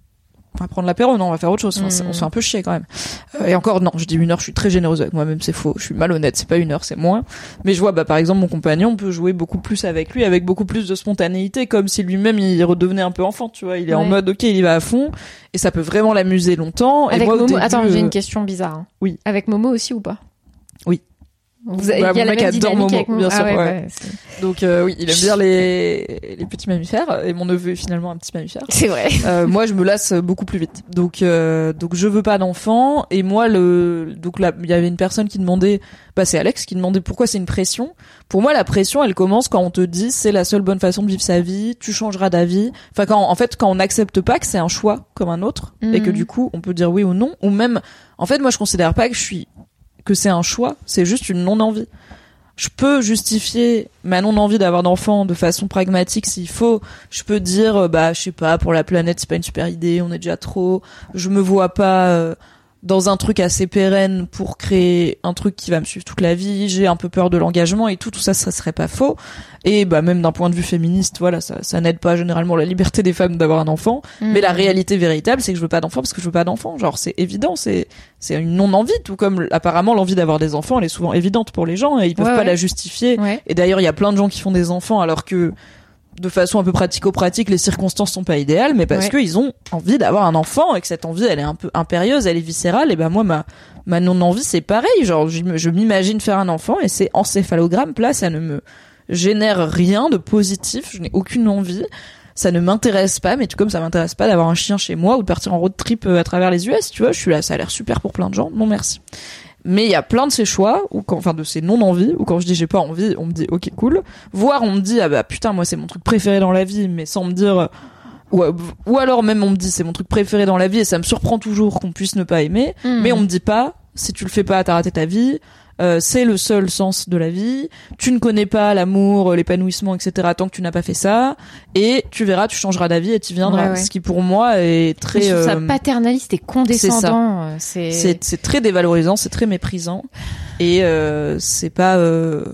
[SPEAKER 3] On va prendre l'apéro, non, on va faire autre chose. Enfin, c'est- on se fait un peu chier quand même. Euh, et encore, non, je dis une heure, je suis très généreuse avec moi-même, c'est faux. Je suis malhonnête, c'est pas une heure, c'est moins. Mais je vois, bah, par exemple, mon compagnon peut jouer beaucoup plus avec lui, avec beaucoup plus de spontanéité, comme si lui-même il redevenait un peu enfant, tu vois. Il est en
[SPEAKER 4] Ouais.
[SPEAKER 3] mode, ok, il y va à fond, et ça peut vraiment l'amuser longtemps. Et
[SPEAKER 4] Avec
[SPEAKER 3] moi, au
[SPEAKER 4] Momo,
[SPEAKER 3] début,
[SPEAKER 4] attends, j'ai
[SPEAKER 3] euh,
[SPEAKER 4] une question bizarre. hein.
[SPEAKER 3] oui.
[SPEAKER 4] Avec Momo aussi ou pas?
[SPEAKER 3] Oui.
[SPEAKER 4] Vous avez,
[SPEAKER 3] Bah,
[SPEAKER 4] il y a
[SPEAKER 3] mon
[SPEAKER 4] la
[SPEAKER 3] mec
[SPEAKER 4] même
[SPEAKER 3] adore
[SPEAKER 4] dynamique
[SPEAKER 3] Momo,
[SPEAKER 4] avec Momo.
[SPEAKER 3] bien
[SPEAKER 4] Ah
[SPEAKER 3] sûr,
[SPEAKER 4] ouais,
[SPEAKER 3] ouais.
[SPEAKER 4] ouais, c'est-
[SPEAKER 3] Donc euh, oui, il aime bien les les petits mammifères, et mon neveu est finalement un petit mammifère.
[SPEAKER 4] C'est vrai.
[SPEAKER 3] Euh, moi, je me lasse beaucoup plus vite. Donc, euh, donc je veux pas d'enfant. Et moi, le, donc là, il y avait une personne qui demandait, bah c'est Alex qui demandait pourquoi c'est une pression. Pour moi, la pression, elle commence quand on te dit c'est la seule bonne façon de vivre sa vie, tu changeras d'avis. Enfin, quand, en fait, quand on n'accepte pas que c'est un choix comme un autre, et que
[SPEAKER 4] Mhm.
[SPEAKER 3] du coup, on peut dire oui ou non, ou même, en fait, moi, je considère pas que je suis, que c'est un choix, c'est juste une non-envie. Je peux justifier ma non-envie d'avoir d'enfants de façon pragmatique s'il faut. Je peux dire, euh, bah, je sais pas, pour la planète, c'est pas une super idée, on est déjà trop. Je me vois pas euh, dans un truc assez pérenne pour créer un truc qui va me suivre toute la vie. J'ai un peu peur de l'engagement et tout, tout ça, ça serait pas faux. Et bah même d'un point de vue féministe, voilà, ça, ça n'aide pas généralement la liberté des femmes d'avoir un enfant. Mmh. Mais la réalité véritable, c'est que je veux pas d'enfant parce que je veux pas d'enfant. Genre c'est évident, c'est c'est une non-envie, tout comme apparemment l'envie d'avoir des enfants, elle est souvent évidente pour les gens et ils peuvent
[SPEAKER 4] ouais,
[SPEAKER 3] pas
[SPEAKER 4] ouais.
[SPEAKER 3] la justifier.
[SPEAKER 4] Ouais.
[SPEAKER 3] Et d'ailleurs, il y a plein de gens qui font des enfants alors que de façon un peu pratico-pratique, les circonstances sont pas idéales, mais parce
[SPEAKER 4] ouais.
[SPEAKER 3] qu'ils ont envie d'avoir un enfant et que cette envie, elle est un peu impérieuse, elle est viscérale. Et ben moi, ma ma non-envie, c'est pareil. Genre, je, je m'imagine faire un enfant et c'est encéphalogramme plat, ça ne me génère rien de positif. Je n'ai aucune envie. Ça ne m'intéresse pas, mais tout comme ça m'intéresse pas d'avoir un chien chez moi ou de partir en road trip à travers les U S. Tu vois, je suis là, ça a l'air super pour plein de gens. Non, merci. Mais il y a plein de ces choix, ou quand, enfin de ces non-envies, ou quand je dis j'ai pas envie, on me dit ok cool. Voire on me dit ah bah putain moi c'est mon truc préféré dans la vie, mais sans me dire, ou, ou alors même on me dit c'est mon truc préféré dans la vie et ça me surprend toujours qu'on puisse ne pas aimer, mmh. mais on me dit pas si tu le fais pas t'as raté ta vie. Euh, c'est le seul sens de la vie. Tu ne connais pas l'amour, l'épanouissement, et cetera. Tant que tu n'as pas fait ça, et tu verras, tu changeras d'avis et tu viendras. Ouais, ouais. Ce qui pour moi est très.
[SPEAKER 4] Je trouve ça
[SPEAKER 3] euh,
[SPEAKER 4] paternaliste et condescendant.
[SPEAKER 3] C'est, ça. c'est... c'est c'est très dévalorisant, c'est très méprisant, et euh, c'est pas. Euh...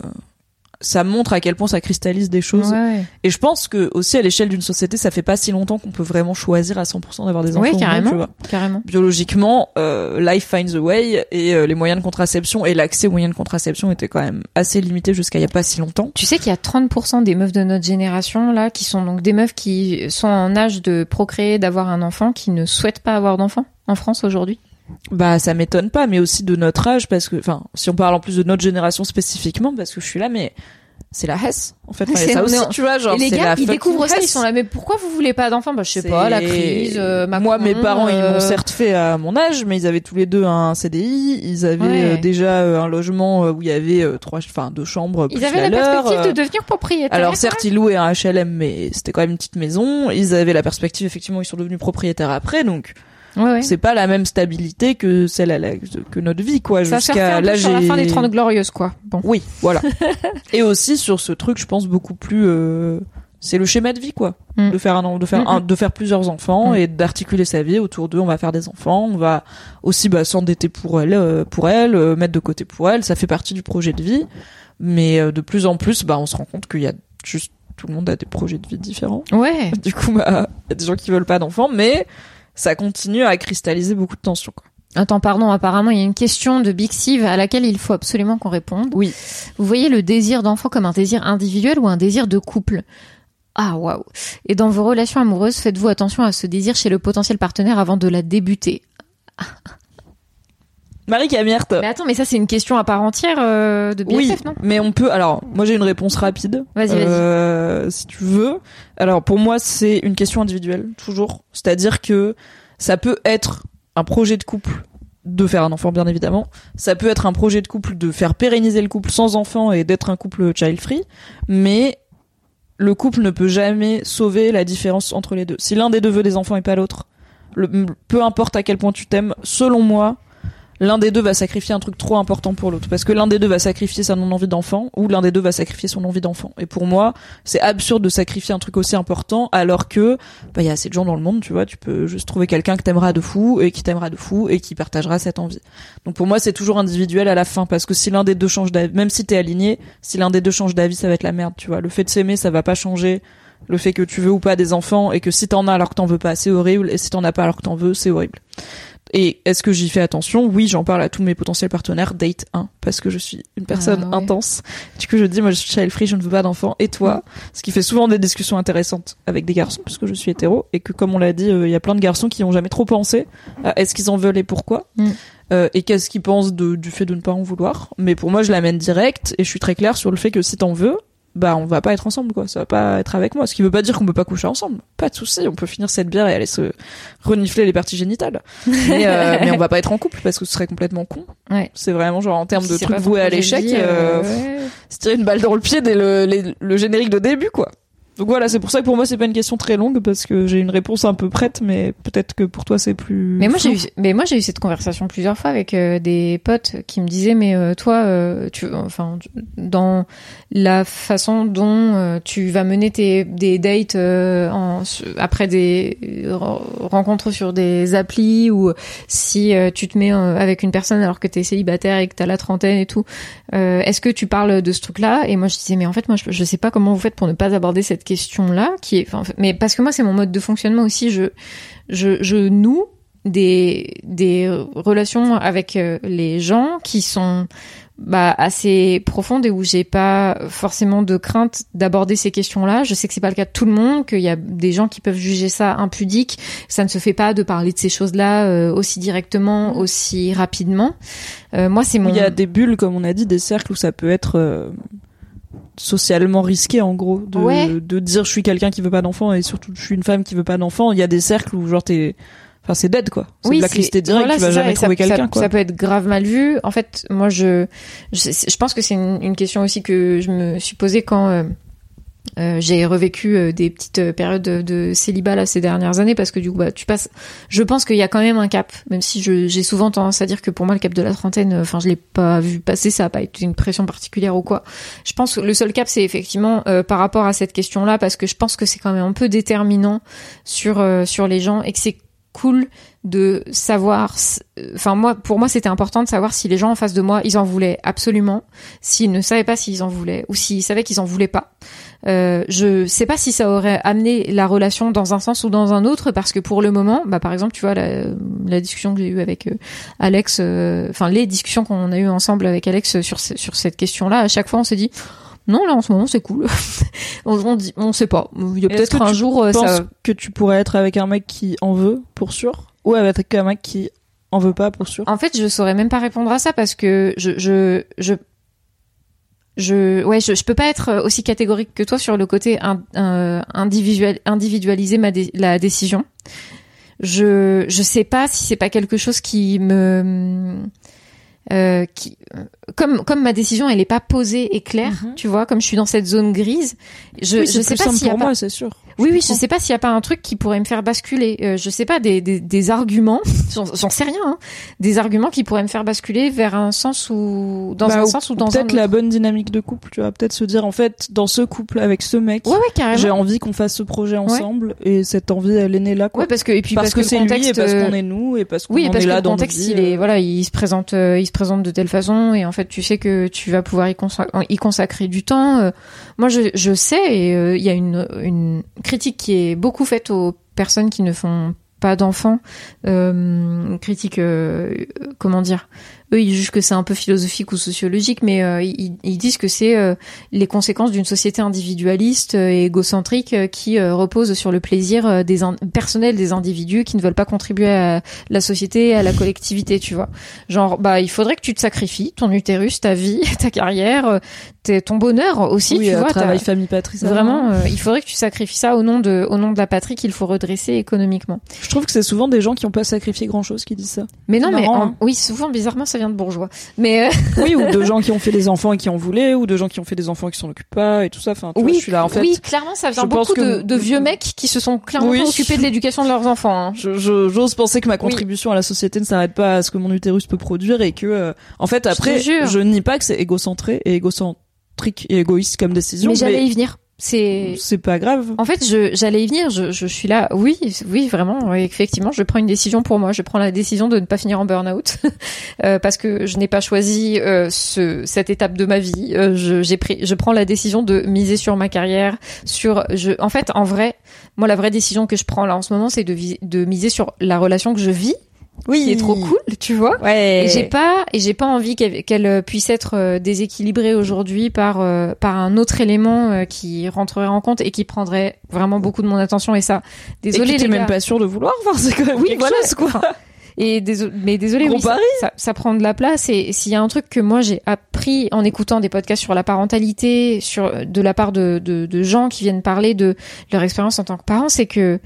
[SPEAKER 3] Ça montre à quel point ça cristallise des choses. Ouais. Et je pense que aussi à l'échelle d'une société, ça fait pas si longtemps qu'on peut vraiment choisir à cent pour cent d'avoir des enfants.
[SPEAKER 4] Oui, carrément.
[SPEAKER 3] Tu vois.
[SPEAKER 4] Carrément.
[SPEAKER 3] Biologiquement, euh, life finds a way, et euh, les moyens de contraception et l'accès aux moyens de contraception étaient quand même assez limités jusqu'à il y a pas si longtemps.
[SPEAKER 4] Tu sais qu'il y a trente pour cent des meufs de notre génération là qui sont donc des meufs qui sont en âge de procréer, d'avoir un enfant, qui ne souhaitent pas avoir d'enfant en France aujourd'hui.
[SPEAKER 3] Bah ça m'étonne pas, mais aussi de notre âge, parce que enfin si on parle en plus de notre génération spécifiquement, parce que je suis là, mais c'est la Hesse en fait. Enfin, ça aussi, tu vois, genre
[SPEAKER 4] et les
[SPEAKER 3] c'est
[SPEAKER 4] gars
[SPEAKER 3] la
[SPEAKER 4] ils découvrent ça,
[SPEAKER 3] Hesse.
[SPEAKER 4] ils sont là mais pourquoi vous voulez pas d'enfants? Bah je sais
[SPEAKER 3] c'est...
[SPEAKER 4] pas, la crise, euh, Macron,
[SPEAKER 3] moi mes parents
[SPEAKER 4] euh...
[SPEAKER 3] ils m'ont certes fait à mon âge, mais ils avaient tous les deux un C D I, ils avaient
[SPEAKER 4] ouais.
[SPEAKER 3] euh, déjà euh, un logement où il y avait euh, trois enfin deux chambres plus
[SPEAKER 4] ils avaient
[SPEAKER 3] la,
[SPEAKER 4] la perspective
[SPEAKER 3] leur,
[SPEAKER 4] de devenir propriétaires.
[SPEAKER 3] Alors certes ils louaient un H L M, mais c'était quand même une petite maison. Ils avaient la perspective, effectivement ils sont devenus propriétaires après, donc
[SPEAKER 4] ouais, ouais.
[SPEAKER 3] c'est pas la même stabilité que celle à la, que notre vie, quoi.
[SPEAKER 4] Ça
[SPEAKER 3] jusqu'à
[SPEAKER 4] là
[SPEAKER 3] j'ai
[SPEAKER 4] sur la fin des trente glorieuses, quoi. Bon.
[SPEAKER 3] Oui, voilà. Et aussi sur ce truc, je pense beaucoup plus euh, c'est le schéma de vie, quoi. Mm. De faire un de faire mm-hmm. un, de faire plusieurs enfants mm. et d'articuler sa vie autour d'eux. On va faire des enfants, on va aussi bah s'endetter pour elle euh, pour elle, euh, mettre de côté pour elle, ça fait partie du projet de vie. Mais euh, de plus en plus, bah on se rend compte qu'il y a juste tout le monde a des projets de vie différents.
[SPEAKER 4] Ouais.
[SPEAKER 3] Du coup, bah il y a des gens qui veulent pas d'enfants, mais ça continue à cristalliser beaucoup de tensions, quoi.
[SPEAKER 4] Attends, pardon, apparemment, il y a une question de Big Siv à laquelle il faut absolument qu'on réponde.
[SPEAKER 3] Oui.
[SPEAKER 4] Vous voyez le désir d'enfant comme un désir individuel ou un désir de couple? Ah, waouh. Et dans vos relations amoureuses, faites-vous attention à ce désir chez le potentiel partenaire avant de la débuter?
[SPEAKER 3] Marie Camierte.
[SPEAKER 4] Mais attends, mais ça c'est une question à part entière euh, de B F F,
[SPEAKER 3] oui,
[SPEAKER 4] non?
[SPEAKER 3] Mais on peut. Alors, moi j'ai une réponse rapide.
[SPEAKER 4] Vas-y,
[SPEAKER 3] euh,
[SPEAKER 4] vas-y.
[SPEAKER 3] Si tu veux. Alors pour moi c'est une question individuelle toujours. C'est-à-dire que ça peut être un projet de couple de faire un enfant, bien évidemment. Ça peut être un projet de couple de faire pérenniser le couple sans enfant et d'être un couple child-free. Mais le couple ne peut jamais sauver la différence entre les deux. Si l'un des deux veut des enfants et pas l'autre, le, peu importe à quel point tu t'aimes, selon moi, l'un des deux va sacrifier un truc trop important pour l'autre. Parce que l'un des deux va sacrifier sa non-envie d'enfant, ou l'un des deux va sacrifier son envie d'enfant. Et pour moi, c'est absurde de sacrifier un truc aussi important, alors que, bah, il y a assez de gens dans le monde, tu vois, tu peux juste trouver quelqu'un que t'aimeras de fou, et qui t'aimera de fou, et qui partagera cette envie. Donc pour moi, c'est toujours individuel à la fin, parce que si l'un des deux change d'avis, même si t'es aligné, si l'un des deux change d'avis, ça va être la merde, tu vois. Le fait de s'aimer, ça va pas changer le fait que tu veux ou pas des enfants, et que si t'en as alors que t'en veux pas, c'est horrible, et si t'en as pas alors que t'en veux, c'est horrible. Et est-ce que j'y fais attention? Oui, j'en parle à tous mes potentiels partenaires, date un, parce que je suis une personne ah, ouais. intense. Du coup, je dis, moi, je suis child free, je ne veux pas d'enfants. Et toi? Mm. Ce qui fait souvent des discussions intéressantes avec des garçons, parce que je suis hétéro, et que, comme on l'a dit, il euh, y a plein de garçons qui n'ont jamais trop pensé à est-ce qu'ils en veulent et pourquoi. Mm. Euh, et qu'est-ce qu'ils pensent de, du fait de ne pas en vouloir. Mais pour moi, je l'amène direct, et je suis très claire sur le fait que si t'en veux, bah on va pas être ensemble, quoi, ça va pas être avec moi, ce qui veut pas dire qu'on peut pas coucher ensemble, pas de souci, on peut finir cette bière et aller se renifler les parties génitales, mais, euh, mais on va pas être en couple parce que ce serait complètement con.
[SPEAKER 4] Ouais.
[SPEAKER 3] C'est vraiment genre en termes de
[SPEAKER 4] c'est
[SPEAKER 3] trucs voués à l'échec, euh, euh, ouais. se tirer une balle dans le pied dès le, les, le générique de début, quoi. Donc voilà, c'est pour ça que pour moi c'est pas une question très longue parce que j'ai une réponse un peu prête, mais peut-être que pour toi c'est plus.
[SPEAKER 4] Mais moi j'ai eu, mais moi j'ai eu cette conversation plusieurs fois avec euh, des potes qui me disaient mais euh, toi, euh, tu, enfin dans la façon dont euh, tu vas mener tes des dates euh, en, après des euh, rencontres sur des applis ou si euh, tu te mets euh, avec une personne alors que t'es célibataire et que t'as la trentaine et tout, euh, est-ce que tu parles de ce truc-là? Et moi je disais mais en fait moi je, je sais pas comment vous faites pour ne pas aborder cette question-là, qui est, enfin, mais parce que moi c'est mon mode de fonctionnement aussi, je, je, je noue des, des relations avec euh, les gens qui sont bah, assez profondes et où j'ai pas forcément de crainte d'aborder ces questions-là. Je sais que c'est pas le cas de tout le monde, qu'il y a des gens qui peuvent juger ça impudique. Ça ne se fait pas de parler de ces choses-là euh, aussi directement, aussi rapidement. Euh, moi c'est mon.
[SPEAKER 3] Il y a des bulles, comme on a dit, des cercles où ça peut être. Euh... socialement risqué en gros de
[SPEAKER 4] ouais.
[SPEAKER 3] de dire je suis quelqu'un qui veut pas d'enfant et surtout je suis une femme qui veut pas d'enfant. Il y a des cercles où genre t'es enfin c'est dead quoi, c'est
[SPEAKER 4] oui,
[SPEAKER 3] blacklisté direct,
[SPEAKER 4] voilà,
[SPEAKER 3] tu vas jamais
[SPEAKER 4] ça,
[SPEAKER 3] trouver
[SPEAKER 4] ça,
[SPEAKER 3] quelqu'un
[SPEAKER 4] ça,
[SPEAKER 3] quoi.
[SPEAKER 4] Ça peut être grave mal vu. En fait moi je je, je pense que c'est une, une question aussi que je me suis posée quand euh, Euh, j'ai revécu euh, des petites périodes de, de célibat là ces dernières années parce que du coup bah tu passes, je pense qu'il y a quand même un cap, même si je, j'ai souvent tendance à dire que pour moi le cap de la trentaine, enfin euh, je l'ai pas vu passer, ça a pas été une pression particulière ou quoi. Je pense que le seul cap c'est effectivement euh, par rapport à cette question là, parce que je pense que c'est quand même un peu déterminant sur euh, sur les gens et que c'est cool de savoir, enfin moi pour moi c'était important de savoir si les gens en face de moi ils en voulaient absolument, s'ils ne savaient pas s'ils en voulaient ou s'ils savaient qu'ils en voulaient pas. Euh, je sais pas si ça aurait amené la relation dans un sens ou dans un autre, parce que pour le moment, bah par exemple tu vois la, la discussion que j'ai eue avec euh, Alex, enfin euh, les discussions qu'on a eues ensemble avec Alex sur sur cette question-là, à chaque fois on se dit non là en ce moment c'est cool. on, on dit on sait pas, il y a peut-être un jour
[SPEAKER 3] tu
[SPEAKER 4] ça
[SPEAKER 3] penses que tu pourrais être avec un mec qui en veut pour sûr ou avec un mec qui en veut pas pour sûr.
[SPEAKER 4] En fait je saurais même pas répondre à ça parce que je je je je ouais je je peux pas être aussi catégorique que toi sur le côté un, un, individuel individualiser ma dé, la décision. Je je sais pas si c'est pas quelque chose qui me euh, qui comme comme ma décision elle est pas posée et claire, mm-hmm. tu vois, comme je suis dans cette zone grise, je
[SPEAKER 3] oui,
[SPEAKER 4] je sais pas s'il y a
[SPEAKER 3] pour
[SPEAKER 4] pas
[SPEAKER 3] moi, c'est sûr.
[SPEAKER 4] Oui, oui, je sais pas s'il y a pas un truc qui pourrait me faire basculer. Euh, je sais pas, des, des, des arguments, j'en, j'en sais rien, hein, des arguments qui pourraient me faire basculer vers un sens ou dans
[SPEAKER 3] bah,
[SPEAKER 4] un sens ou dans un autre.
[SPEAKER 3] Peut-être la bonne dynamique de couple, tu vas peut-être se dire en fait dans ce couple avec ce mec,
[SPEAKER 4] ouais, ouais, carrément.
[SPEAKER 3] J'ai envie qu'on fasse ce projet ensemble, ouais. Et cette envie elle est née là quoi.
[SPEAKER 4] Ouais, parce que et puis
[SPEAKER 3] parce,
[SPEAKER 4] parce
[SPEAKER 3] que,
[SPEAKER 4] que
[SPEAKER 3] c'est
[SPEAKER 4] le contexte,
[SPEAKER 3] lui et parce qu'on est nous et parce qu'on
[SPEAKER 4] oui,
[SPEAKER 3] en
[SPEAKER 4] parce
[SPEAKER 3] est
[SPEAKER 4] que
[SPEAKER 3] là
[SPEAKER 4] le
[SPEAKER 3] dans
[SPEAKER 4] contexte
[SPEAKER 3] nos vies,
[SPEAKER 4] il est voilà, il se présente euh, il se présente de telle façon et en fait tu sais que tu vas pouvoir y, consa- y consacrer du temps. Euh, moi je je sais et il euh, y a une une critique qui est beaucoup faite aux personnes qui ne font pas d'enfants, euh, critique euh, comment dire, eux ils jugent que c'est un peu philosophique ou sociologique, mais euh, ils, ils disent que c'est euh, les conséquences d'une société individualiste et égocentrique euh, qui euh, repose sur le plaisir euh, des in- personnel des individus qui ne veulent pas contribuer à la société, à la collectivité, tu vois. Genre bah il faudrait que tu te sacrifies, ton utérus, ta vie, ta carrière, euh, t'es, ton bonheur aussi,
[SPEAKER 3] oui,
[SPEAKER 4] tu
[SPEAKER 3] euh,
[SPEAKER 4] vois.
[SPEAKER 3] Travail, famille, patrie. Ça
[SPEAKER 4] vraiment, euh, il faudrait que tu sacrifies ça au nom de au nom de la patrie qu'il faut redresser économiquement.
[SPEAKER 3] Je trouve que c'est souvent des gens qui ont pas sacrifié grand chose qui disent ça.
[SPEAKER 4] Mais non,
[SPEAKER 3] c'est
[SPEAKER 4] mais
[SPEAKER 3] marrant,
[SPEAKER 4] en,
[SPEAKER 3] hein.
[SPEAKER 4] Oui, souvent bizarrement ça vient de bourgeois. Mais euh...
[SPEAKER 3] oui, ou de gens qui ont fait des enfants et qui en voulaient, ou de gens qui ont fait des enfants qui s'en occupent pas et tout ça. Enfin, tu
[SPEAKER 4] oui,
[SPEAKER 3] vois, je suis là en fait.
[SPEAKER 4] Oui, clairement, ça vient beaucoup
[SPEAKER 3] que...
[SPEAKER 4] de, de vieux mecs qui se sont clairement
[SPEAKER 3] oui.
[SPEAKER 4] occupés de l'éducation de leurs enfants. Hein.
[SPEAKER 3] Je, je, j'ose penser que ma contribution oui. à la société ne s'arrête pas à ce que mon utérus peut produire et que, euh, en fait, après, je, je nie pas que c'est égocentré et égocentrique et égoïste comme décision.
[SPEAKER 4] Mais j'allais
[SPEAKER 3] mais...
[SPEAKER 4] y venir. C'est
[SPEAKER 3] c'est pas grave.
[SPEAKER 4] En fait, je j'allais y venir, je je suis là. Oui, oui, vraiment, effectivement, je prends une décision pour moi, je prends la décision de ne pas finir en burn-out euh, parce que je n'ai pas choisi euh, ce cette étape de ma vie. Euh, je j'ai pris je prends la décision de miser sur ma carrière, sur je en fait, en vrai, moi la vraie décision que je prends là en ce moment, c'est de de miser sur la relation que je vis. Oui, qui est trop cool, tu vois.
[SPEAKER 3] Ouais.
[SPEAKER 4] Et j'ai pas, et j'ai pas envie qu'elle, qu'elle puisse être euh, déséquilibrée aujourd'hui par euh, par un autre élément euh, qui rentrerait en compte et qui prendrait vraiment beaucoup de mon attention. Et ça, désolé
[SPEAKER 3] et que
[SPEAKER 4] les
[SPEAKER 3] t'es
[SPEAKER 4] gars.
[SPEAKER 3] même pas sûr de vouloir. Enfin, c'est quand même
[SPEAKER 4] oui,
[SPEAKER 3] quelque
[SPEAKER 4] voilà,
[SPEAKER 3] chose, quoi.
[SPEAKER 4] Enfin, et désolé, mais désolé,
[SPEAKER 3] Gros
[SPEAKER 4] oui, ça, ça, ça prend de la place. Et s'il y a un truc que moi j'ai appris en écoutant des podcasts sur la parentalité, sur de la part de de, de gens qui viennent parler de leur expérience en tant que parents, c'est que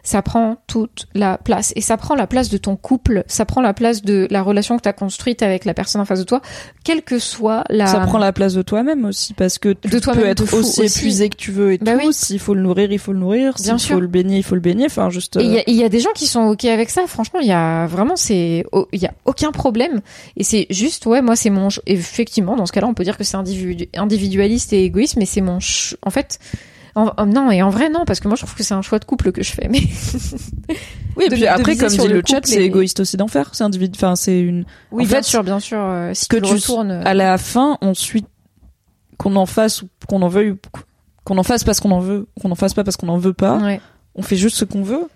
[SPEAKER 4] ça prend toute la place. Et ça prend la place de ton couple, ça prend la place de la relation que t'as construite avec la personne en face de toi, quelle que soit la...
[SPEAKER 3] Ça prend la place de toi-même aussi, parce que tu
[SPEAKER 4] de
[SPEAKER 3] peux être aussi, aussi épuisé que tu veux et
[SPEAKER 4] bah
[SPEAKER 3] tout.
[SPEAKER 4] Oui.
[SPEAKER 3] S'il faut le nourrir, il faut le nourrir. S'il faut le baigner, il faut le baigner. Enfin, juste...
[SPEAKER 4] Et il y, y a des gens qui sont OK avec ça. Franchement, il y a vraiment, c'est, il y a aucun problème. Et c'est juste, ouais, moi, c'est mon, effectivement, dans ce cas-là, on peut dire que c'est individu... individualiste et égoïste, mais c'est mon, ch... en fait, en... non, et en vrai, non, parce que moi, je trouve que c'est un choix de couple que je fais, mais.
[SPEAKER 3] Oui, et puis de, après, de comme dit le, le chat,
[SPEAKER 4] et...
[SPEAKER 3] c'est égoïste aussi d'en faire. C'est individu, enfin, c'est une.
[SPEAKER 4] Oui,
[SPEAKER 3] en
[SPEAKER 4] bien
[SPEAKER 3] fait,
[SPEAKER 4] sûr, bien sûr. Euh, si
[SPEAKER 3] que
[SPEAKER 4] tu,
[SPEAKER 3] tu
[SPEAKER 4] retournes.
[SPEAKER 3] À la fin, ensuite, qu'on en fasse ou qu'on en veuille, qu'on en fasse parce qu'on en veut, qu'on en fasse pas parce qu'on en veut pas.
[SPEAKER 4] Ouais.
[SPEAKER 3] On fait juste ce qu'on veut.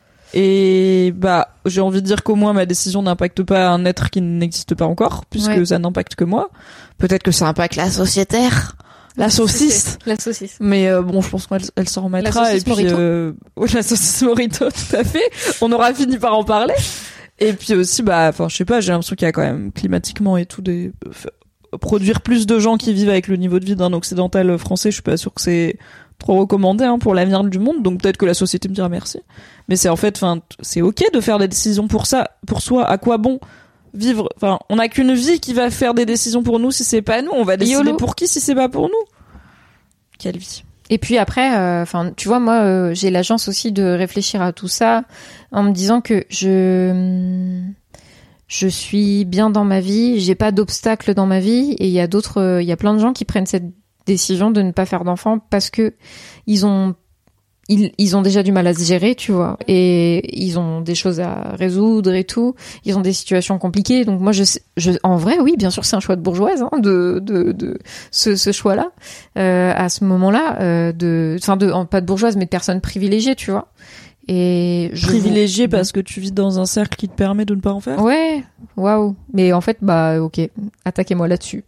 [SPEAKER 3] Et bah, j'ai envie de dire qu'au moins ma décision n'impacte pas un être qui n'existe pas encore, puisque ouais. ça n'impacte que moi. Peut-être que ça impacte la sociétaire. La saucisse.
[SPEAKER 4] La saucisse.
[SPEAKER 3] Mais euh, bon, je pense qu'elle elle s'en remettra. Et puis, euh, ouais, la saucisse Morito, tout à fait. On aura fini par en parler. Et puis aussi, bah, enfin, je sais pas, j'ai l'impression qu'il y a quand même climatiquement et tout des euh, produire plus de gens qui vivent avec le niveau de vie d'un occidental français. Je suis pas sûre que c'est trop recommandé hein, pour l'avenir du monde. Donc peut-être que la société me dira merci. Mais c'est en fait, enfin, c'est ok de faire des décisions pour ça, pour soi. À quoi bon vivre, enfin, on n'a qu'une vie qui va faire des décisions pour nous si c'est pas nous. On va décider Yolo. Pour qui si c'est pas pour nous. Quelle vie.
[SPEAKER 4] Et puis après, enfin, euh, tu vois, moi, euh, j'ai la chance aussi de réfléchir à tout ça en me disant que je je suis bien dans ma vie, j'ai pas d'obstacles dans ma vie, et il y a d'autres, il euh, y a plein de gens qui prennent cette décision de ne pas faire d'enfants parce que ils ont Ils, ils ont déjà du mal à se gérer, tu vois, et ils ont des choses à résoudre et tout. Ils ont des situations compliquées. Donc moi, je, je en vrai, oui, bien sûr, c'est un choix de bourgeoise, hein, de, de, de ce, ce choix-là, euh, à ce moment-là, euh, de, enfin, de, pas de bourgeoise, mais de personnes privilégiées, tu vois. Et je
[SPEAKER 3] privilégiée vous... parce que tu vis dans un cercle qui te permet de ne pas en faire.
[SPEAKER 4] Ouais, waouh. Mais en fait, bah, ok, attaquez-moi là-dessus.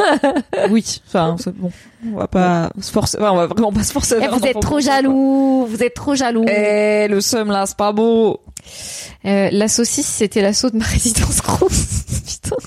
[SPEAKER 3] Oui, enfin, c'est bon. On va pas se forcer. Enfin, on va vraiment pas se forcer.
[SPEAKER 4] Eh, vous êtes trop jaloux. Vous êtes trop jaloux.
[SPEAKER 3] Eh, le seum là, c'est pas beau.
[SPEAKER 4] Euh, la saucisse, c'était l'assaut de ma résidence grosse. Putain.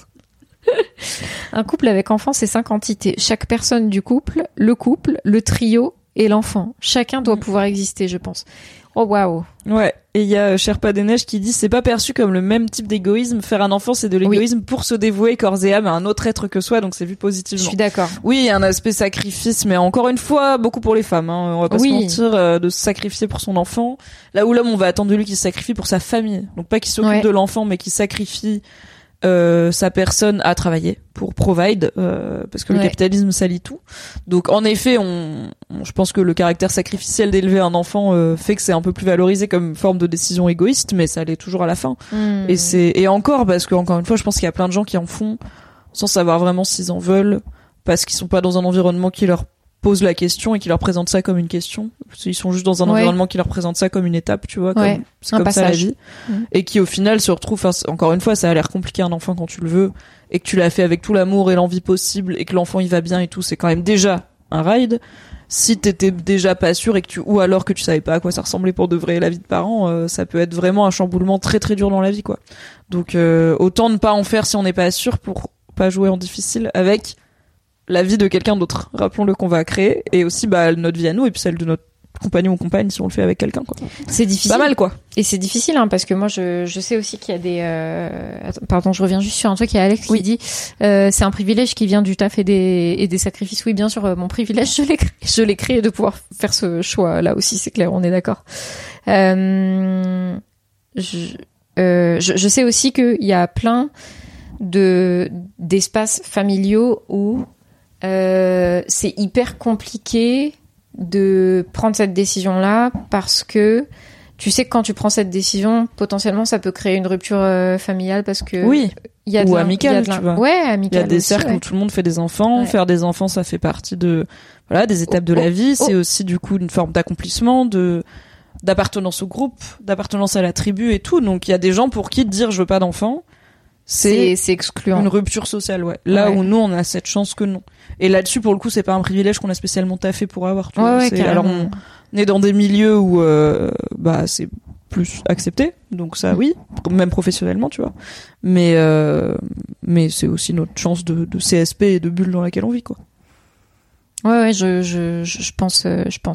[SPEAKER 4] Un couple avec enfant, c'est cinq entités. Chaque personne du couple, le couple, le trio et l'enfant. Chacun doit pouvoir exister, je pense. Oh waouh.
[SPEAKER 3] Ouais, et il y a Sherpa des Neiges qui dit c'est pas perçu comme le même type d'égoïsme. Faire un enfant, c'est de l'égoïsme oui. pour se dévouer corps et âme à un autre être que soi, donc c'est vu positivement.
[SPEAKER 4] Je suis d'accord.
[SPEAKER 3] Oui, il y a un aspect sacrifice, mais encore une fois, beaucoup pour les femmes. Hein. On va pas oui. se mentir, euh, de se sacrifier pour son enfant. Là où l'homme, on va attendre de lui qu'il se sacrifie pour sa famille. Donc pas qu'il s'occupe ouais. de l'enfant, mais qu'il sacrifie euh, sa personne à travailler pour provide, euh, parce que ouais. le capitalisme salit tout. Donc en effet, on, on je pense que le caractère sacrificiel d'élever un enfant euh, fait que c'est un peu plus valorisé comme forme de décision égoïste, mais ça l'est toujours à la fin. Mmh. Et c'est et encore parce que encore une fois, je pense qu'il y a plein de gens qui en font sans savoir vraiment s'ils en veulent, parce qu'ils sont pas dans un environnement qui leur pose la question et qui leur présente ça comme une question. Ils sont juste dans un ouais. environnement qui leur présente ça comme une étape, tu vois, comme,
[SPEAKER 4] ouais.
[SPEAKER 3] c'est un comme passage. Ça la vie. Mmh. Et qui au final se retrouve, encore une fois, ça a l'air compliqué un enfant quand tu le veux, et que tu l'as fait avec tout l'amour et l'envie possible, et que l'enfant il va bien et tout, c'est quand même déjà un ride. Si t'étais déjà pas sûr et que tu, ou alors que tu savais pas à quoi ça ressemblait pour de vrai la vie de parents, euh, ça peut être vraiment un chamboulement très très dur dans la vie, quoi. Donc, euh, autant ne pas en faire si on n'est pas sûr pour pas jouer en difficile avec la vie de quelqu'un d'autre. Rappelons-le qu'on va créer, et aussi bah notre vie à nous et puis celle de notre compagnon ou compagne si on le fait avec quelqu'un, quoi.
[SPEAKER 4] C'est difficile.
[SPEAKER 3] Pas mal, quoi.
[SPEAKER 4] Et c'est difficile hein, parce que moi je je sais aussi qu'il y a des euh... Attends, pardon, je reviens juste sur un truc. Il y a Alex oui. qui dit euh, c'est un privilège qui vient du taf et des et des sacrifices. Oui, bien sûr, euh, mon privilège je l'ai créé, je l'ai créé de pouvoir faire ce choix là aussi, c'est clair, on est d'accord. Euh... Je... Euh, je je sais aussi que il y a plein de d'espaces familiaux où Euh, c'est hyper compliqué de prendre cette décision-là parce que tu sais que quand tu prends cette décision, potentiellement ça peut créer une rupture euh, familiale parce que
[SPEAKER 3] oui,
[SPEAKER 4] il y a de
[SPEAKER 3] ou amicale, tu vois.
[SPEAKER 4] Ouais, amicale.
[SPEAKER 3] Il y a des
[SPEAKER 4] aussi,
[SPEAKER 3] cercles
[SPEAKER 4] ouais.
[SPEAKER 3] où tout le monde fait des enfants. Ouais. Faire des enfants, ça fait partie de voilà des étapes
[SPEAKER 4] oh,
[SPEAKER 3] de la vie.
[SPEAKER 4] Oh,
[SPEAKER 3] c'est
[SPEAKER 4] oh.
[SPEAKER 3] aussi du coup une forme d'accomplissement, de d'appartenance au groupe, d'appartenance à la tribu et tout. Donc il y a des gens pour qui dire je veux pas d'enfant, c'est,
[SPEAKER 4] c'est excluant.
[SPEAKER 3] Une rupture sociale, ouais. Là ouais. où nous, on a cette chance que non. Et là-dessus, pour le coup, c'est pas un privilège qu'on a spécialement taffé pour avoir. Tu
[SPEAKER 4] ouais,
[SPEAKER 3] vois.
[SPEAKER 4] Ouais,
[SPEAKER 3] c'est, alors, on, on est dans des milieux où, euh, bah, c'est plus accepté. Donc ça, oui. Même professionnellement, tu vois. Mais, euh, mais c'est aussi notre chance de, de C S P et de bulle dans laquelle on vit, quoi.
[SPEAKER 4] Ouais, ouais, je, je, je pense, euh, je pense.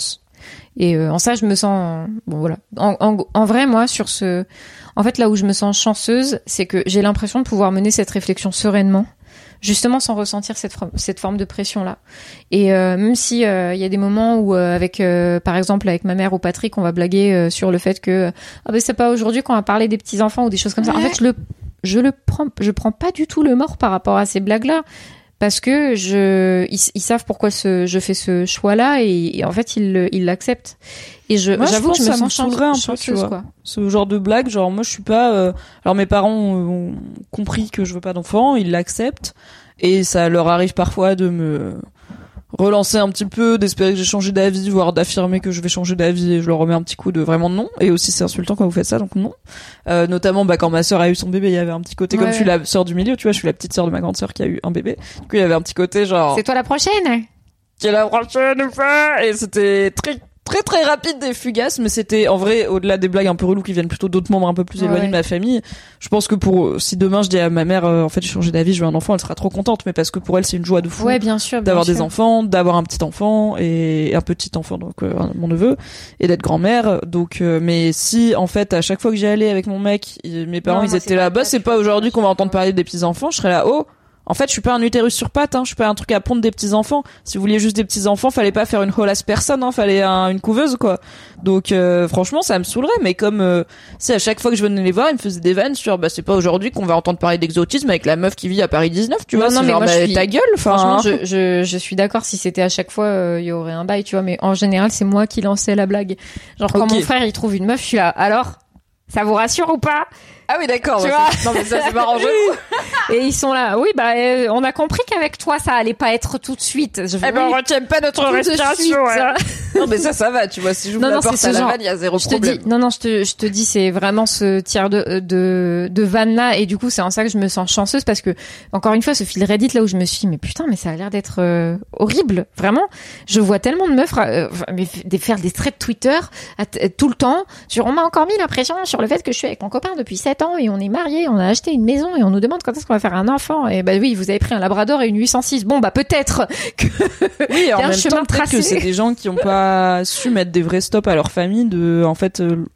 [SPEAKER 4] Et euh, en ça, je me sens bon voilà. En, en, en vrai, moi, sur ce, en fait, là où je me sens chanceuse, c'est que j'ai l'impression de pouvoir mener cette réflexion sereinement, justement sans ressentir cette forme, cette forme de pression là. Et euh, même si il euh, y a des moments où euh, avec euh, par exemple avec ma mère ou Patrick, on va blaguer euh, sur le fait que ah ben c'est pas aujourd'hui qu'on va parler des petits enfants ou des choses comme ça. En fait, je le je le prends je prends pas du tout le mort par rapport à ces blagues là. Parce que je, ils, ils savent pourquoi ce, je fais ce choix-là et, et en fait ils, ils l'acceptent. Et je,
[SPEAKER 3] moi,
[SPEAKER 4] j'avoue
[SPEAKER 3] je
[SPEAKER 4] que je me
[SPEAKER 3] ça
[SPEAKER 4] sens
[SPEAKER 3] me saoulerait un peu, tu vois.
[SPEAKER 4] quoi.
[SPEAKER 3] Ce genre de blague, genre moi je suis pas. Euh... Alors mes parents ont compris que je veux pas d'enfants, ils l'acceptent et ça leur arrive parfois de me relancer un petit peu, d'espérer que j'ai changé d'avis, voire d'affirmer que je vais changer d'avis et je leur remets un petit coup de vraiment non. Et aussi c'est insultant quand vous faites ça, donc non. Euh, notamment bah quand ma sœur a eu son bébé, il y avait un petit côté, ouais. Comme je suis la sœur du milieu, tu vois, je suis la petite sœur de ma grande sœur qui a eu un bébé. Du coup il y avait un petit côté genre.
[SPEAKER 4] C'est toi la prochaine.
[SPEAKER 3] Qui est la prochaine ou pas? Et c'était très très très rapide et fugace, mais c'était en vrai au-delà des blagues un peu reloues qui viennent plutôt d'autres membres un peu plus éloignés ouais. de ma famille. Je pense que pour si demain je dis à ma mère euh, en fait j'ai changé d'avis, je veux un enfant, elle sera trop contente, mais parce que pour elle c'est une joie de fou.
[SPEAKER 4] Ouais, bien sûr, bien
[SPEAKER 3] d'avoir
[SPEAKER 4] sûr.
[SPEAKER 3] des enfants, d'avoir un petit enfant et un petit enfant donc euh, mon neveu et d'être grand-mère. Donc euh, mais si en fait à chaque fois que j'y allais avec mon mec, mes parents
[SPEAKER 4] non,
[SPEAKER 3] ils
[SPEAKER 4] moi,
[SPEAKER 3] étaient là, bah c'est pas aujourd'hui qu'on va entendre parler des petits enfants, je serais là oh en fait, je suis pas un utérus sur pattes, hein. Je suis pas un truc à pondre des petits enfants. Si vous vouliez juste des petits enfants, fallait pas faire une holasse personne, hein. Fallait un, une couveuse, quoi. Donc, euh, franchement, ça me saoulerait. Mais comme, euh, si à chaque fois que je venais les voir, ils me faisaient des vannes sur, bah, c'est pas aujourd'hui qu'on va entendre parler d'exotisme avec la meuf qui vit à Paris dix-neuf, tu
[SPEAKER 4] non,
[SPEAKER 3] vois.
[SPEAKER 4] Non,
[SPEAKER 3] c'est
[SPEAKER 4] mais
[SPEAKER 3] genre,
[SPEAKER 4] moi,
[SPEAKER 3] bah,
[SPEAKER 4] je suis...
[SPEAKER 3] ta gueule, enfin.
[SPEAKER 4] Franchement, je, je, je suis d'accord. Si c'était à chaque fois, il euh, y aurait un bail, tu vois. Mais en général, c'est moi qui lançais la blague. Genre, quand okay. mon frère, il trouve une meuf, je suis là. Alors, ça vous rassure ou pas?
[SPEAKER 3] Ah oui, d'accord.
[SPEAKER 4] Tu
[SPEAKER 3] bah,
[SPEAKER 4] vois
[SPEAKER 3] non, mais ça, c'est marrant.
[SPEAKER 4] Et ils sont là. Oui, bah, euh, on a compris qu'avec toi, ça allait pas être tout de suite. Je
[SPEAKER 3] eh ben, on retient pas notre respiration. Ouais. Non, mais ça, ça va, tu vois. Si j'ouvre la porte à la vanne, il y a zéro
[SPEAKER 4] je
[SPEAKER 3] problème.
[SPEAKER 4] Te dis, non, non, je te, je te dis, c'est vraiment ce tiers de, de, de vanne là. Et du coup, c'est en ça que je me sens chanceuse parce que, encore une fois, ce fil Reddit là où je me suis dit, mais putain, mais ça a l'air d'être euh, horrible. Vraiment. Je vois tellement de meufs, euh, mais, faire des threads Twitter à t- tout le temps. Sur, on m'a encore mis l'impression sur le fait que je suis avec mon copain depuis sept ans et on est mariés, on a acheté une maison et on nous demande quand est-ce qu'on va faire un enfant. Et bah oui, vous avez pris un Labrador et une huit cent six. Bon, bah peut-être que
[SPEAKER 3] oui, en même temps, peut-être que c'est des gens qui ont pas su mettre des vrais stops à leur famille de, en fait, euh,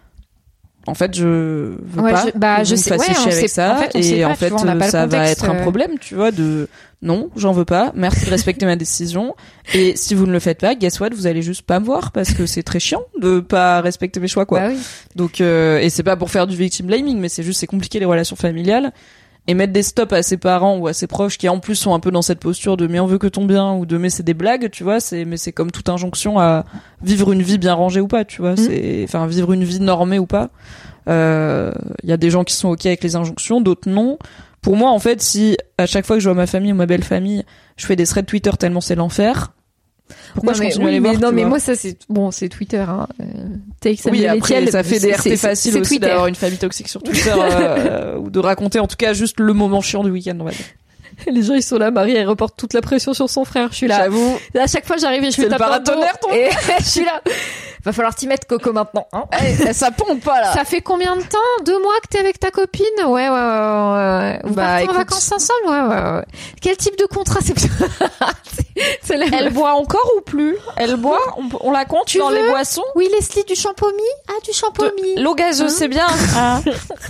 [SPEAKER 3] en fait, je veux
[SPEAKER 4] ouais,
[SPEAKER 3] pas
[SPEAKER 4] je, bah,
[SPEAKER 3] que
[SPEAKER 4] je
[SPEAKER 3] vous me
[SPEAKER 4] sais,
[SPEAKER 3] fassiez
[SPEAKER 4] ouais,
[SPEAKER 3] chier avec
[SPEAKER 4] sait,
[SPEAKER 3] ça.
[SPEAKER 4] En fait,
[SPEAKER 3] et
[SPEAKER 4] pas,
[SPEAKER 3] en fait,
[SPEAKER 4] vois,
[SPEAKER 3] ça va
[SPEAKER 4] contexte,
[SPEAKER 3] être un problème, tu vois, de non, j'en veux pas. Merci de respecter ma décision. Et si vous ne le faites pas, guess what, vous allez juste pas me voir parce que c'est très chiant de pas respecter mes choix, quoi.
[SPEAKER 4] Bah oui.
[SPEAKER 3] Donc, euh, et c'est pas pour faire du victim blaming, mais c'est juste, c'est compliqué les relations familiales. Et mettre des stops à ses parents ou à ses proches qui en plus sont un peu dans cette posture de mais on veut que ton bien ou de mais c'est des blagues, tu vois, c'est mais c'est comme toute injonction à vivre une vie bien rangée ou pas, tu vois, mmh. c'est enfin vivre une vie normée ou pas. Euh il y a des gens qui sont OK avec les injonctions, d'autres non. Pour moi en fait, si à chaque fois que je vois ma famille ou ma belle famille, je fais des threads Twitter tellement c'est l'enfer. Pourquoi
[SPEAKER 4] non,
[SPEAKER 3] je
[SPEAKER 4] mais,
[SPEAKER 3] continue
[SPEAKER 4] oui,
[SPEAKER 3] à les
[SPEAKER 4] mais
[SPEAKER 3] voir,
[SPEAKER 4] non mais
[SPEAKER 3] vois.
[SPEAKER 4] moi ça c'est bon, c'est Twitter hein. Euh, take
[SPEAKER 3] oui, après
[SPEAKER 4] les
[SPEAKER 3] ça fait des R T
[SPEAKER 4] c'est,
[SPEAKER 3] faciles
[SPEAKER 4] c'est
[SPEAKER 3] aussi
[SPEAKER 4] Twitter.
[SPEAKER 3] d'avoir une famille toxique sur Twitter euh, ou de raconter en tout cas juste le moment chiant du week-end, on va dire.
[SPEAKER 4] Les gens ils sont là, Marie elle reporte toute la pression sur son frère. Je suis là.
[SPEAKER 3] J'avoue.
[SPEAKER 4] À chaque fois j'arrive et je
[SPEAKER 3] fais
[SPEAKER 4] fais
[SPEAKER 3] le paratonnerre ton.
[SPEAKER 4] Et je suis là. Va falloir t'y mettre Coco maintenant. Hein
[SPEAKER 3] hey, ça pompe pas là.
[SPEAKER 4] Ça fait combien de temps? Deux mois que t'es avec ta copine? Ouais ouais ouais. ouais. Vous
[SPEAKER 3] bah,
[SPEAKER 4] partez
[SPEAKER 3] écoute...
[SPEAKER 4] en vacances ensemble? Ouais ouais ouais. Quel type de contrat c'est? c'est,
[SPEAKER 3] c'est la... Elle boit encore ou plus? Elle boit? On, on la compte tu dans veux? Les boissons?
[SPEAKER 4] Oui Leslie, du champomis? Ah du champomis.
[SPEAKER 3] De... L'eau gazeuse hein? C'est bien. Ah.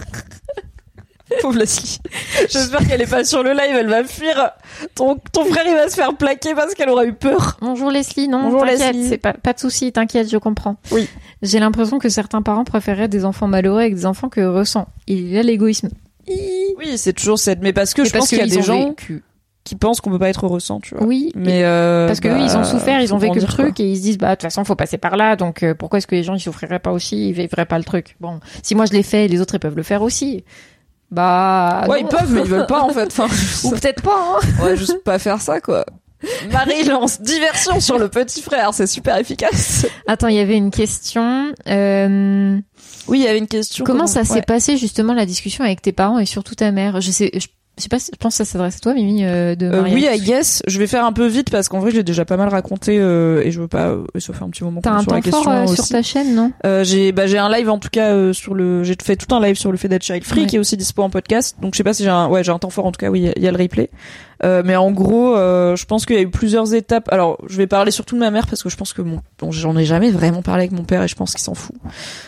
[SPEAKER 3] Pauvre Leslie. J'espère qu'elle est pas sur le live, elle va fuir. Ton, ton frère, il va se faire plaquer parce qu'elle aura eu peur.
[SPEAKER 4] Bonjour Leslie, non,
[SPEAKER 3] Bonjour
[SPEAKER 4] t'inquiète,
[SPEAKER 3] Leslie.
[SPEAKER 4] C'est pas, pas de souci, t'inquiète, je comprends.
[SPEAKER 3] Oui.
[SPEAKER 4] J'ai l'impression que certains parents préféraient des enfants malheureux avec des enfants que ressent. Il y a l'égoïsme.
[SPEAKER 3] Oui, c'est toujours cette, mais parce que
[SPEAKER 4] mais
[SPEAKER 3] je
[SPEAKER 4] parce
[SPEAKER 3] pense qu'il y a des gens
[SPEAKER 4] vécu.
[SPEAKER 3] qui pensent qu'on peut pas être ressent, tu vois.
[SPEAKER 4] Oui.
[SPEAKER 3] Mais euh,
[SPEAKER 4] parce que
[SPEAKER 3] bah,
[SPEAKER 4] eux, ils ont souffert, ils ont vécu le truc
[SPEAKER 3] quoi.
[SPEAKER 4] Et ils se disent, bah, de toute façon, faut passer par là, donc euh, pourquoi est-ce que les gens, ils souffriraient pas aussi, ils vivraient pas le truc? Bon. Si moi je l'ai fait, les autres, ils peuvent le faire aussi. Bah.
[SPEAKER 3] Ouais,
[SPEAKER 4] non.
[SPEAKER 3] ils peuvent, mais ils veulent pas, en fait. Enfin,
[SPEAKER 4] ou peut-être pas, hein.
[SPEAKER 3] On va juste pas faire ça, quoi. Marie lance diversion sur le petit frère, c'est super efficace.
[SPEAKER 4] Attends, il y avait une question. Euh...
[SPEAKER 3] Oui, il y avait une question.
[SPEAKER 4] Comment,
[SPEAKER 3] comment...
[SPEAKER 4] ça s'est
[SPEAKER 3] ouais.
[SPEAKER 4] passé justement la discussion avec tes parents et surtout ta mère? Je sais, je, je sais pas, je pense que ça s'adresse à toi, Mimi, euh, de Maria.
[SPEAKER 3] Euh, oui, I guess. Je vais faire un peu vite parce qu'en vrai, j'ai déjà pas mal raconté euh, et je veux pas. Euh, ça fait un petit moment.
[SPEAKER 4] T'as un
[SPEAKER 3] sur
[SPEAKER 4] temps
[SPEAKER 3] la question
[SPEAKER 4] fort euh,
[SPEAKER 3] aussi.
[SPEAKER 4] sur ta chaîne, non?
[SPEAKER 3] euh, J'ai, bah, j'ai un live en tout cas euh, sur le. J'ai fait tout un live sur le fait d'être child free ouais. qui est aussi dispo en podcast. Donc je sais pas si j'ai un. Ouais, j'ai un temps fort en tout cas. Oui, il y, y a le replay. Euh, mais en gros, euh, je pense qu'il y a eu plusieurs étapes. Alors, je vais parler surtout de ma mère parce que je pense que mon, bon, j'en ai jamais vraiment parlé avec mon père et je pense qu'il s'en fout.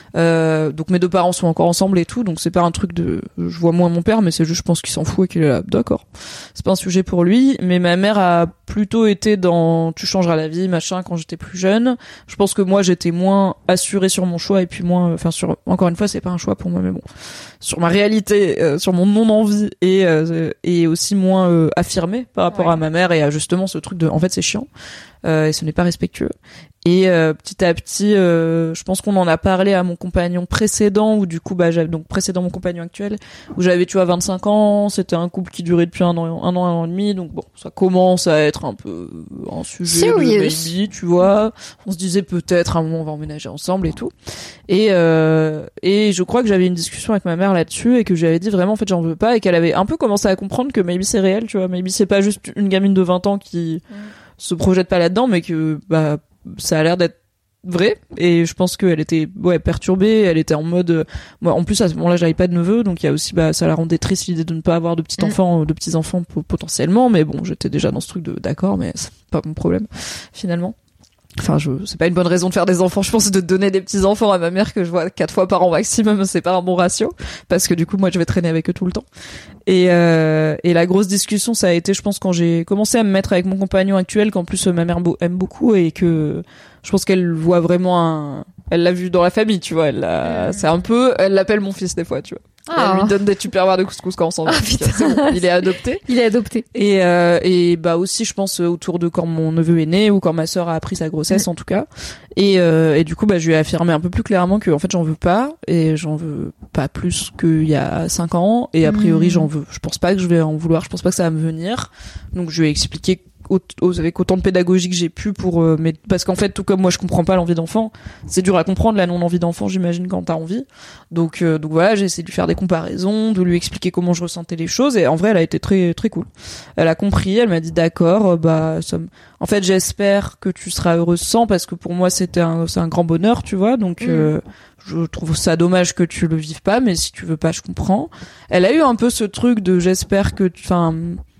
[SPEAKER 3] Euh, donc mes deux parents sont encore ensemble et tout, donc c'est pas un truc de, je vois moins mon père, mais c'est juste, je pense qu'il s'en fout et qu'il est là, d'accord. C'est pas un sujet pour lui. Mais ma mère a plutôt été dans, tu changeras la vie, machin, quand j'étais plus jeune. Je pense que moi j'étais moins assurée sur mon choix et puis moins, enfin sur, encore une fois, c'est pas un choix pour moi, mais bon, sur ma réalité, euh, sur mon non-envie et euh, et aussi moins euh, affirmée par rapport ouais. à ma mère et à justement ce truc de, en fait c'est chiant euh, et ce n'est pas respectueux. Et euh, petit à petit, euh, je pense qu'on en a parlé à mon compagnon précédent, où du coup, bah, j'avais donc précédent mon compagnon actuel, où j'avais, tu vois, vingt-cinq ans, c'était un couple qui durait depuis un an, un an, un an et demi, donc bon, ça commence à être un peu un sujet de baby, tu vois. On se disait peut-être à un moment on va emménager ensemble et tout. Et euh, et je crois que j'avais une discussion avec ma mère là-dessus et que j'avais dit vraiment en fait j'en veux pas et qu'elle avait un peu commencé à comprendre que maybe c'est réel, tu vois, maybe c'est pas juste une gamine de vingt ans qui mmh. se projette pas là-dedans, mais que bah ça a l'air d'être vrai et je pense qu'elle était ouais perturbée, elle était en mode euh, moi en plus à ce moment-là j'avais pas de neveu donc il y a aussi bah ça la rendait triste l'idée de ne pas avoir de petits enfants mmh. de petits enfants potentiellement, mais bon j'étais déjà dans ce truc de d'accord mais c'est pas mon problème finalement. Enfin, je, c'est pas une bonne raison de faire des enfants. Je pense de donner des petits enfants à ma mère que je vois quatre fois par an maximum, c'est pas un bon ratio. Parce que du coup, moi, je vais traîner avec eux tout le temps. Et, euh, et la grosse discussion, ça a été, je pense, quand j'ai commencé à me mettre avec mon compagnon actuel, qu'en plus, ma mère aime beaucoup et que je pense qu'elle voit vraiment un, elle l'a vu dans la famille, tu vois. Elle l'a, c'est un peu, elle l'appelle mon fils des fois, tu vois. Ah. Elle lui donne des tupperwares de couscous quand on s'en va. Ah, c'est bon, il est adopté.
[SPEAKER 4] Il est adopté.
[SPEAKER 3] Et euh, et bah aussi je pense autour de quand mon neveu est né ou quand ma sœur a appris sa grossesse mmh. en tout cas. Et euh, et du coup bah je lui ai affirmé un peu plus clairement que en fait j'en veux pas et j'en veux pas plus qu'il y a cinq ans et a priori mmh. j'en veux. Je pense pas que je vais en vouloir, je pense pas que ça va me venir. Donc je lui ai expliqué avec autant de pédagogie que j'ai pu pour euh, mais parce qu'en fait tout comme moi je comprends pas l'envie d'enfant, c'est dur à comprendre la non envie d'enfant j'imagine quand t'as envie, donc euh, donc voilà j'ai essayé de lui faire des comparaisons, de lui expliquer comment je ressentais les choses et en vrai elle a été très très cool, elle a compris, elle m'a dit d'accord euh, bah ça m... en fait j'espère que tu seras heureuse sans parce que pour moi c'était un c'est un grand bonheur tu vois donc mmh. euh, je trouve ça dommage que tu le vives pas mais si tu veux pas je comprends. Elle a eu un peu ce truc de j'espère que tu enfin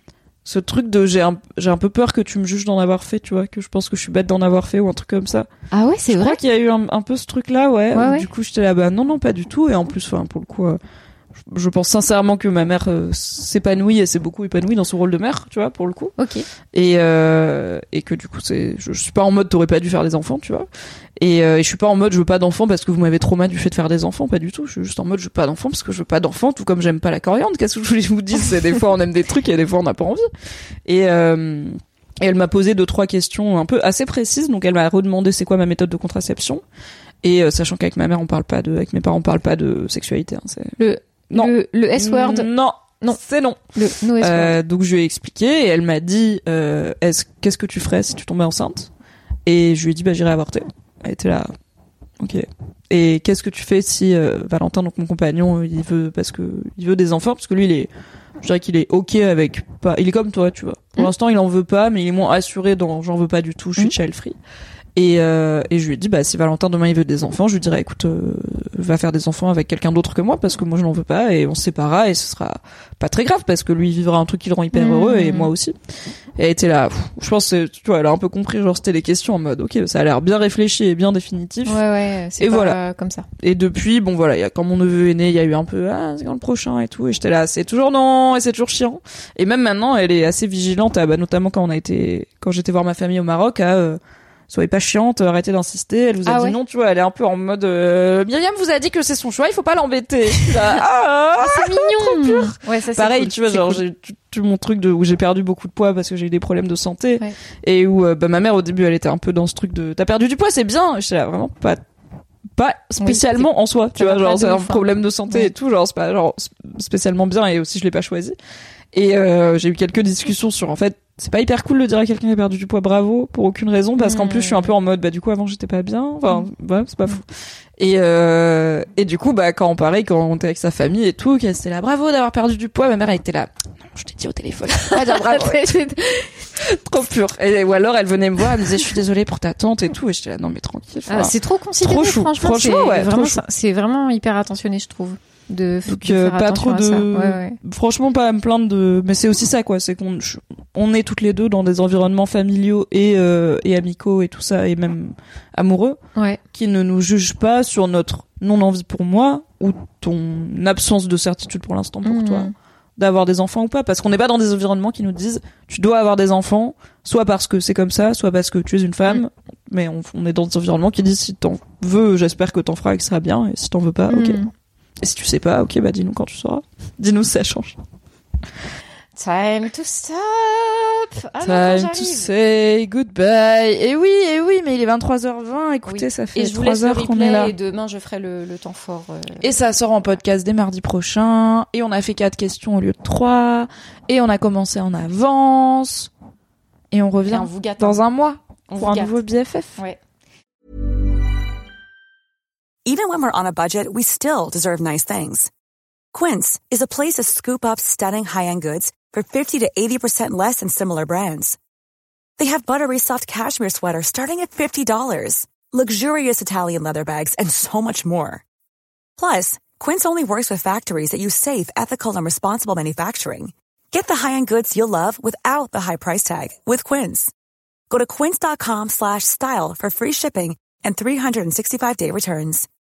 [SPEAKER 3] ce truc de j'ai un j'ai un peu peur que tu me juges d'en avoir fait, tu vois, que je pense que je suis bête d'en avoir fait ou un truc comme ça.
[SPEAKER 4] Ah ouais, c'est
[SPEAKER 3] je
[SPEAKER 4] vrai.
[SPEAKER 3] Je crois qu'il y a eu un, un peu ce truc là, ouais.
[SPEAKER 4] ouais, ouais.
[SPEAKER 3] Du coup, j'étais là bah non non pas du tout et en plus enfin pour le coup euh, je pense sincèrement que ma mère euh, s'épanouit et s'est beaucoup épanouie dans son rôle de mère, tu vois, pour le coup.
[SPEAKER 4] Ok.
[SPEAKER 3] Et euh, et que du coup c'est je, je suis pas en mode t'aurais pas dû faire des enfants, tu vois. Et, euh, et je suis pas en mode je veux pas d'enfants parce que vous m'avez trop mal du fait de faire des enfants, pas du tout. Je suis juste en mode je veux pas d'enfants parce que je veux pas d'enfants, tout comme j'aime pas la coriandre. Qu'est-ce que je voulais vous dire, c'est des fois on aime des trucs et des fois on n'a pas envie. Et euh, et elle m'a posé deux trois questions un peu assez précises, donc elle m'a redemandé c'est quoi ma méthode de contraception. Et euh, sachant qu'avec ma mère on parle pas de, avec mes parents on parle pas de sexualité. Hein, c'est
[SPEAKER 4] le non le, le S-word.
[SPEAKER 3] Non. Non, c'est non.
[SPEAKER 4] Le no S-word.
[SPEAKER 3] Euh, donc je lui ai expliqué et elle m'a dit euh, est-ce qu'est-ce que tu ferais si tu tombais enceinte? Et je lui ai dit bah j'irai avorter. Elle était là. Ok. Et qu'est-ce que tu fais si euh, Valentin, donc mon compagnon, il veut parce que il veut des enfants parce que lui il est, je dirais qu'il est ok avec pas, il est comme toi, tu vois. Pour mmh. l'instant il en veut pas, mais il est moins assuré dans j'en veux pas du tout, je suis mmh. child free. Et euh, et je lui ai dit bah si Valentin demain il veut des enfants, je lui dirais écoute euh, va faire des enfants avec quelqu'un d'autre que moi parce que moi je n'en veux pas et on se séparera et ce sera pas très grave parce que lui il vivra un truc qui le rend hyper mmh. heureux et moi aussi. Et elle était là, pff, je pense que tu vois elle a un peu compris genre c'était les questions en mode ok ça a l'air bien réfléchi et bien définitif.
[SPEAKER 4] Ouais ouais c'est
[SPEAKER 3] et
[SPEAKER 4] pas
[SPEAKER 3] voilà
[SPEAKER 4] comme ça.
[SPEAKER 3] Et depuis bon voilà il y a quand mon neveu est né il y a eu un peu ah c'est quand le prochain et tout et j'étais là c'est toujours non et c'est toujours chiant et même maintenant elle est assez vigilante à, bah notamment quand on a été quand j'étais voir ma famille au Maroc à euh, soyez pas chiante, arrêtez d'insister. Elle vous a
[SPEAKER 4] ah
[SPEAKER 3] dit
[SPEAKER 4] ouais.
[SPEAKER 3] non, tu vois, elle est un peu en mode euh, Myriam vous a dit que c'est son choix, il faut pas l'embêter. Là,
[SPEAKER 4] ah, ah, c'est mignon.
[SPEAKER 3] Trop pur.
[SPEAKER 4] Ouais, ça c'est
[SPEAKER 3] pareil,
[SPEAKER 4] cool.
[SPEAKER 3] tu vois,
[SPEAKER 4] c'est
[SPEAKER 3] genre
[SPEAKER 4] cool.
[SPEAKER 3] j'ai tout, tout mon truc de où j'ai perdu beaucoup de poids parce que j'ai eu des problèmes de santé
[SPEAKER 4] ouais.
[SPEAKER 3] et où euh, bah ma mère au début elle était un peu dans ce truc de t'as perdu du poids, c'est bien. J'étais là vraiment pas pas spécialement oui, en soi, tu vois, genre c'est un problème de santé ouais. et tout, genre c'est pas genre spécialement bien et aussi je l'ai pas choisi. Et euh, j'ai eu quelques discussions sur en fait c'est pas hyper cool de dire à quelqu'un qui a perdu du poids bravo pour aucune raison parce mmh. qu'en plus je suis un peu en mode bah du coup avant j'étais pas bien enfin mmh. ouais c'est pas fou et euh, et du coup bah quand on parlait quand on était avec sa famille et tout qu'elle était là bravo d'avoir perdu du poids ma mère elle était là non je t'ai dit au téléphone pas dire bravo trop pur et ou alors elle venait me voir elle me disait je suis désolée pour ta tante et tout et j'étais là non mais tranquille
[SPEAKER 4] ah, c'est trop considéré
[SPEAKER 3] trop chou,
[SPEAKER 4] franchement
[SPEAKER 3] franchement
[SPEAKER 4] c'est
[SPEAKER 3] ouais
[SPEAKER 4] vraiment
[SPEAKER 3] trop
[SPEAKER 4] c'est vraiment hyper attentionné je trouve. de,
[SPEAKER 3] Donc,
[SPEAKER 4] de
[SPEAKER 3] euh,
[SPEAKER 4] faire
[SPEAKER 3] pas
[SPEAKER 4] attention
[SPEAKER 3] trop
[SPEAKER 4] à ça.
[SPEAKER 3] de,
[SPEAKER 4] Ouais, ouais.
[SPEAKER 3] franchement, pas à me plaindre de, mais c'est aussi ça, quoi. C'est qu'on, on est toutes les deux dans des environnements familiaux et, euh, et amicaux et tout ça, et même amoureux,
[SPEAKER 4] Ouais.
[SPEAKER 3] qui ne nous jugent pas sur notre non-envie pour moi, ou ton absence de certitude pour l'instant pour
[SPEAKER 4] Mmh.
[SPEAKER 3] toi, d'avoir des enfants ou pas. Parce qu'on n'est pas dans des environnements qui nous disent, tu dois avoir des enfants, soit parce que c'est comme ça, soit parce que tu es une femme.
[SPEAKER 4] Mmh.
[SPEAKER 3] Mais on, on est dans des environnements qui disent, si t'en veux, j'espère que t'en feras et que ça sera bien, et si t'en veux pas, ok.
[SPEAKER 4] Mmh.
[SPEAKER 3] Et si tu sais pas, ok, bah dis-nous quand tu sauras. Dis-nous si ça change.
[SPEAKER 4] Time to stop. Ah non,
[SPEAKER 3] Time
[SPEAKER 4] j'arrive.
[SPEAKER 3] to say goodbye. Et oui, et oui, mais il est vingt-trois heures vingt. Écoutez,
[SPEAKER 4] Oui.
[SPEAKER 3] ça fait
[SPEAKER 4] Et je vous laisse
[SPEAKER 3] trois
[SPEAKER 4] le
[SPEAKER 3] heures qu'on
[SPEAKER 4] replay
[SPEAKER 3] est là.
[SPEAKER 4] et demain je ferai le, le temps fort. euh.
[SPEAKER 3] Et ça sort en podcast dès mardi prochain. Et on a fait quatre questions au lieu de trois. Et on a commencé en avance. Et on revient
[SPEAKER 4] Et on vous gâte,
[SPEAKER 3] dans
[SPEAKER 4] hein.
[SPEAKER 3] un mois
[SPEAKER 4] On
[SPEAKER 3] pour
[SPEAKER 4] vous
[SPEAKER 3] un
[SPEAKER 4] gâte.
[SPEAKER 3] nouveau B F F.
[SPEAKER 4] Ouais.
[SPEAKER 5] Even when we're on a budget, we still deserve nice things. Quince is a place to scoop up stunning high-end goods for fifty to eighty percent less than similar brands. They have buttery soft cashmere sweaters starting at fifty dollars, luxurious Italian leather bags, and so much more. Plus, Quince only works with factories that use safe, ethical, and responsible manufacturing. Get the high-end goods you'll love without the high price tag with Quince. Go to quince.com slash style for free shipping and three sixty-five day returns.